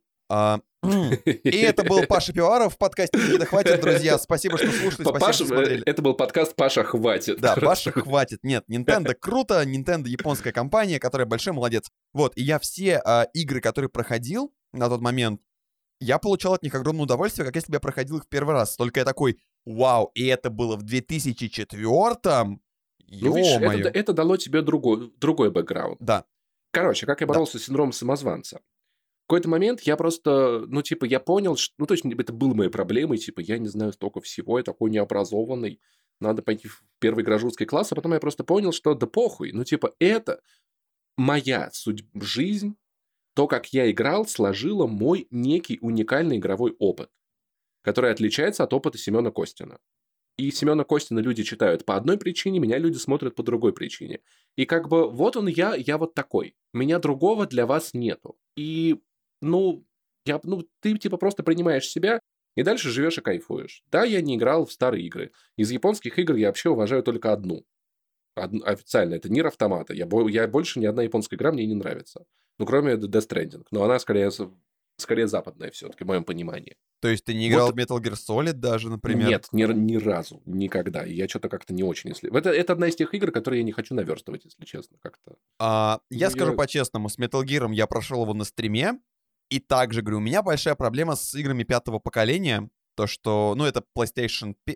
И это был Паша Пивоваров в подкасте «Никита, хватит», друзья. Спасибо, что слушали, спасибо, что смотрели. Это был подкаст «Паша, хватит». Да, Паша, хватит. Нет, Nintendo круто, Nintendo японская компания, которая большой молодец. Вот, и я все игры, которые проходил на тот момент, я получал от них огромное удовольствие, как если бы я проходил их в первый раз. Только я такой, вау, и это было в 2004-м? Ну, видишь, Ё-моё. это дало тебе другой бэкграунд. Да. Короче, как я боролся с синдромом самозванца. какой-то момент я просто, я понял, что, то есть это было моей проблемой, я не знаю столько всего, я такой необразованный, надо пойти в первый гражданский класс, а потом я просто понял, что да похуй, это моя жизнь, то, как я играл, сложило мой некий уникальный игровой опыт, который отличается от опыта Семена Костина. И Семена Костина люди читают по одной причине, меня люди смотрят по другой причине. И вот он я вот такой. Меня другого для вас нету. И, ты просто принимаешь себя и дальше живешь и кайфуешь. Да, я не играл в старые игры. Из японских игр я вообще уважаю только одну. Официально, это Нир Автомата. Я больше ни одна японская игра мне не нравится. Кроме Death Stranding. Но она скорее западная все-таки, в моем понимании. То есть ты не играл в Metal Gear Solid даже, например? Нет, ни разу, никогда. И я что-то как-то не очень... Это одна из тех игр, которые я не хочу наверстывать, если честно, как-то. Я скажу по-честному, с Metal Gear я прошел его на стриме, и также, говорю, у меня большая проблема с играми 5-го поколения, то, что, это PlayStation 1,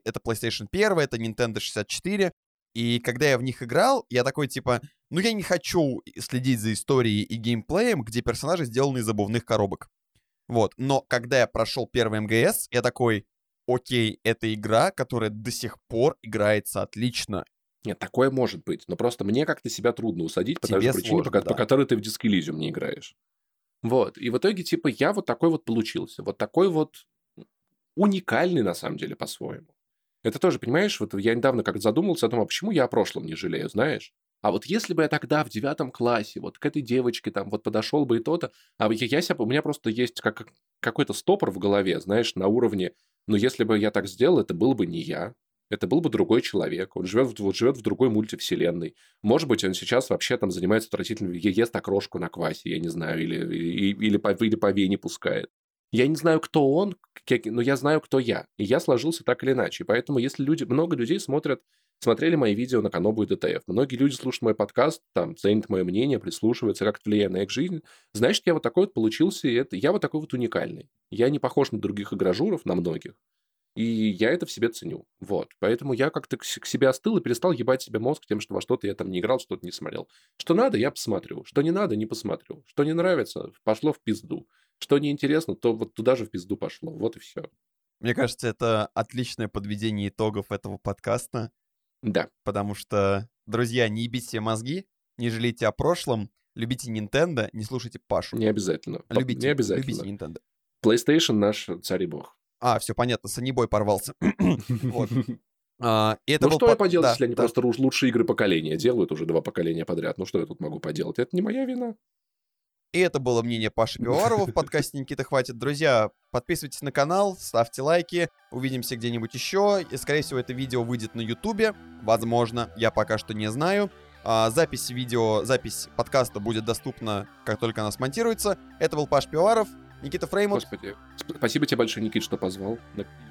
это Nintendo 64, и когда я в них играл, я такой, я не хочу следить за историей и геймплеем, где персонажи сделаны из обувных коробок. Вот, но когда я прошел первый МГС, я такой, окей, это игра, которая до сих пор играется отлично. Нет, такое может быть, но просто мне как-то себя трудно усадить по той же причине, по которой ты в Disco Elysium не играешь. Вот, и в итоге, я вот такой вот получился, вот такой вот уникальный, на самом деле, по-своему. Это тоже, понимаешь, вот я недавно как-то задумался о том, а почему я о прошлом не жалею, знаешь? А вот если бы я тогда в 9 классе вот к этой девочке там вот подошел бы и то-то, у меня просто есть какой-то стопор в голове, знаешь, на уровне, если бы я так сделал, это был бы не я, это был бы другой человек, он живет в другой мультивселенной. Может быть, он сейчас вообще там занимается отвратительным, ест окрошку на квасе, я не знаю, или по вене пускает. Я не знаю, кто он, но я знаю, кто я. И я сложился так или иначе. Поэтому, если много людей смотрели мои видео на Канобу и ДТФ, многие люди слушают мой подкаст, ценят мое мнение, прислушиваются, как это влияет на их жизнь, значит, я вот такой вот получился, и я вот такой вот уникальный. Я не похож на других игражуров, на многих, и я это в себе ценю. Вот. Поэтому я как-то к себе остыл и перестал ебать себе мозг тем, что во что-то я там не играл, что-то не смотрел. Что надо, я посмотрю. Что не надо, не посмотрю. Что не нравится, пошло в пизду. Что неинтересно, то вот туда же в пизду пошло. Вот и все. Мне кажется, это отличное подведение итогов этого подкаста. Да. Потому что, друзья, не ебите себе мозги, не жалейте о прошлом, любите Nintendo, не слушайте Пашу. Не обязательно. Любите Nintendo. PlayStation наш царь и бог. Все понятно, Санибой порвался. Вот. Что я поделать, если они просто лучшие игры поколения делают уже 2 поколения подряд? Что я тут могу поделать? Это не моя вина. И это было мнение Паши Пивоварова в подкасте «Никита, хватит». Друзья, подписывайтесь на канал, ставьте лайки, увидимся где-нибудь еще. И, скорее всего, это видео выйдет на Ютубе. Возможно, я пока что не знаю. Запись подкаста будет доступна, как только она смонтируется. Это был Паш Пивоваров, Никита Фреймут. Господи, спасибо тебе большое, Никит, что позвал.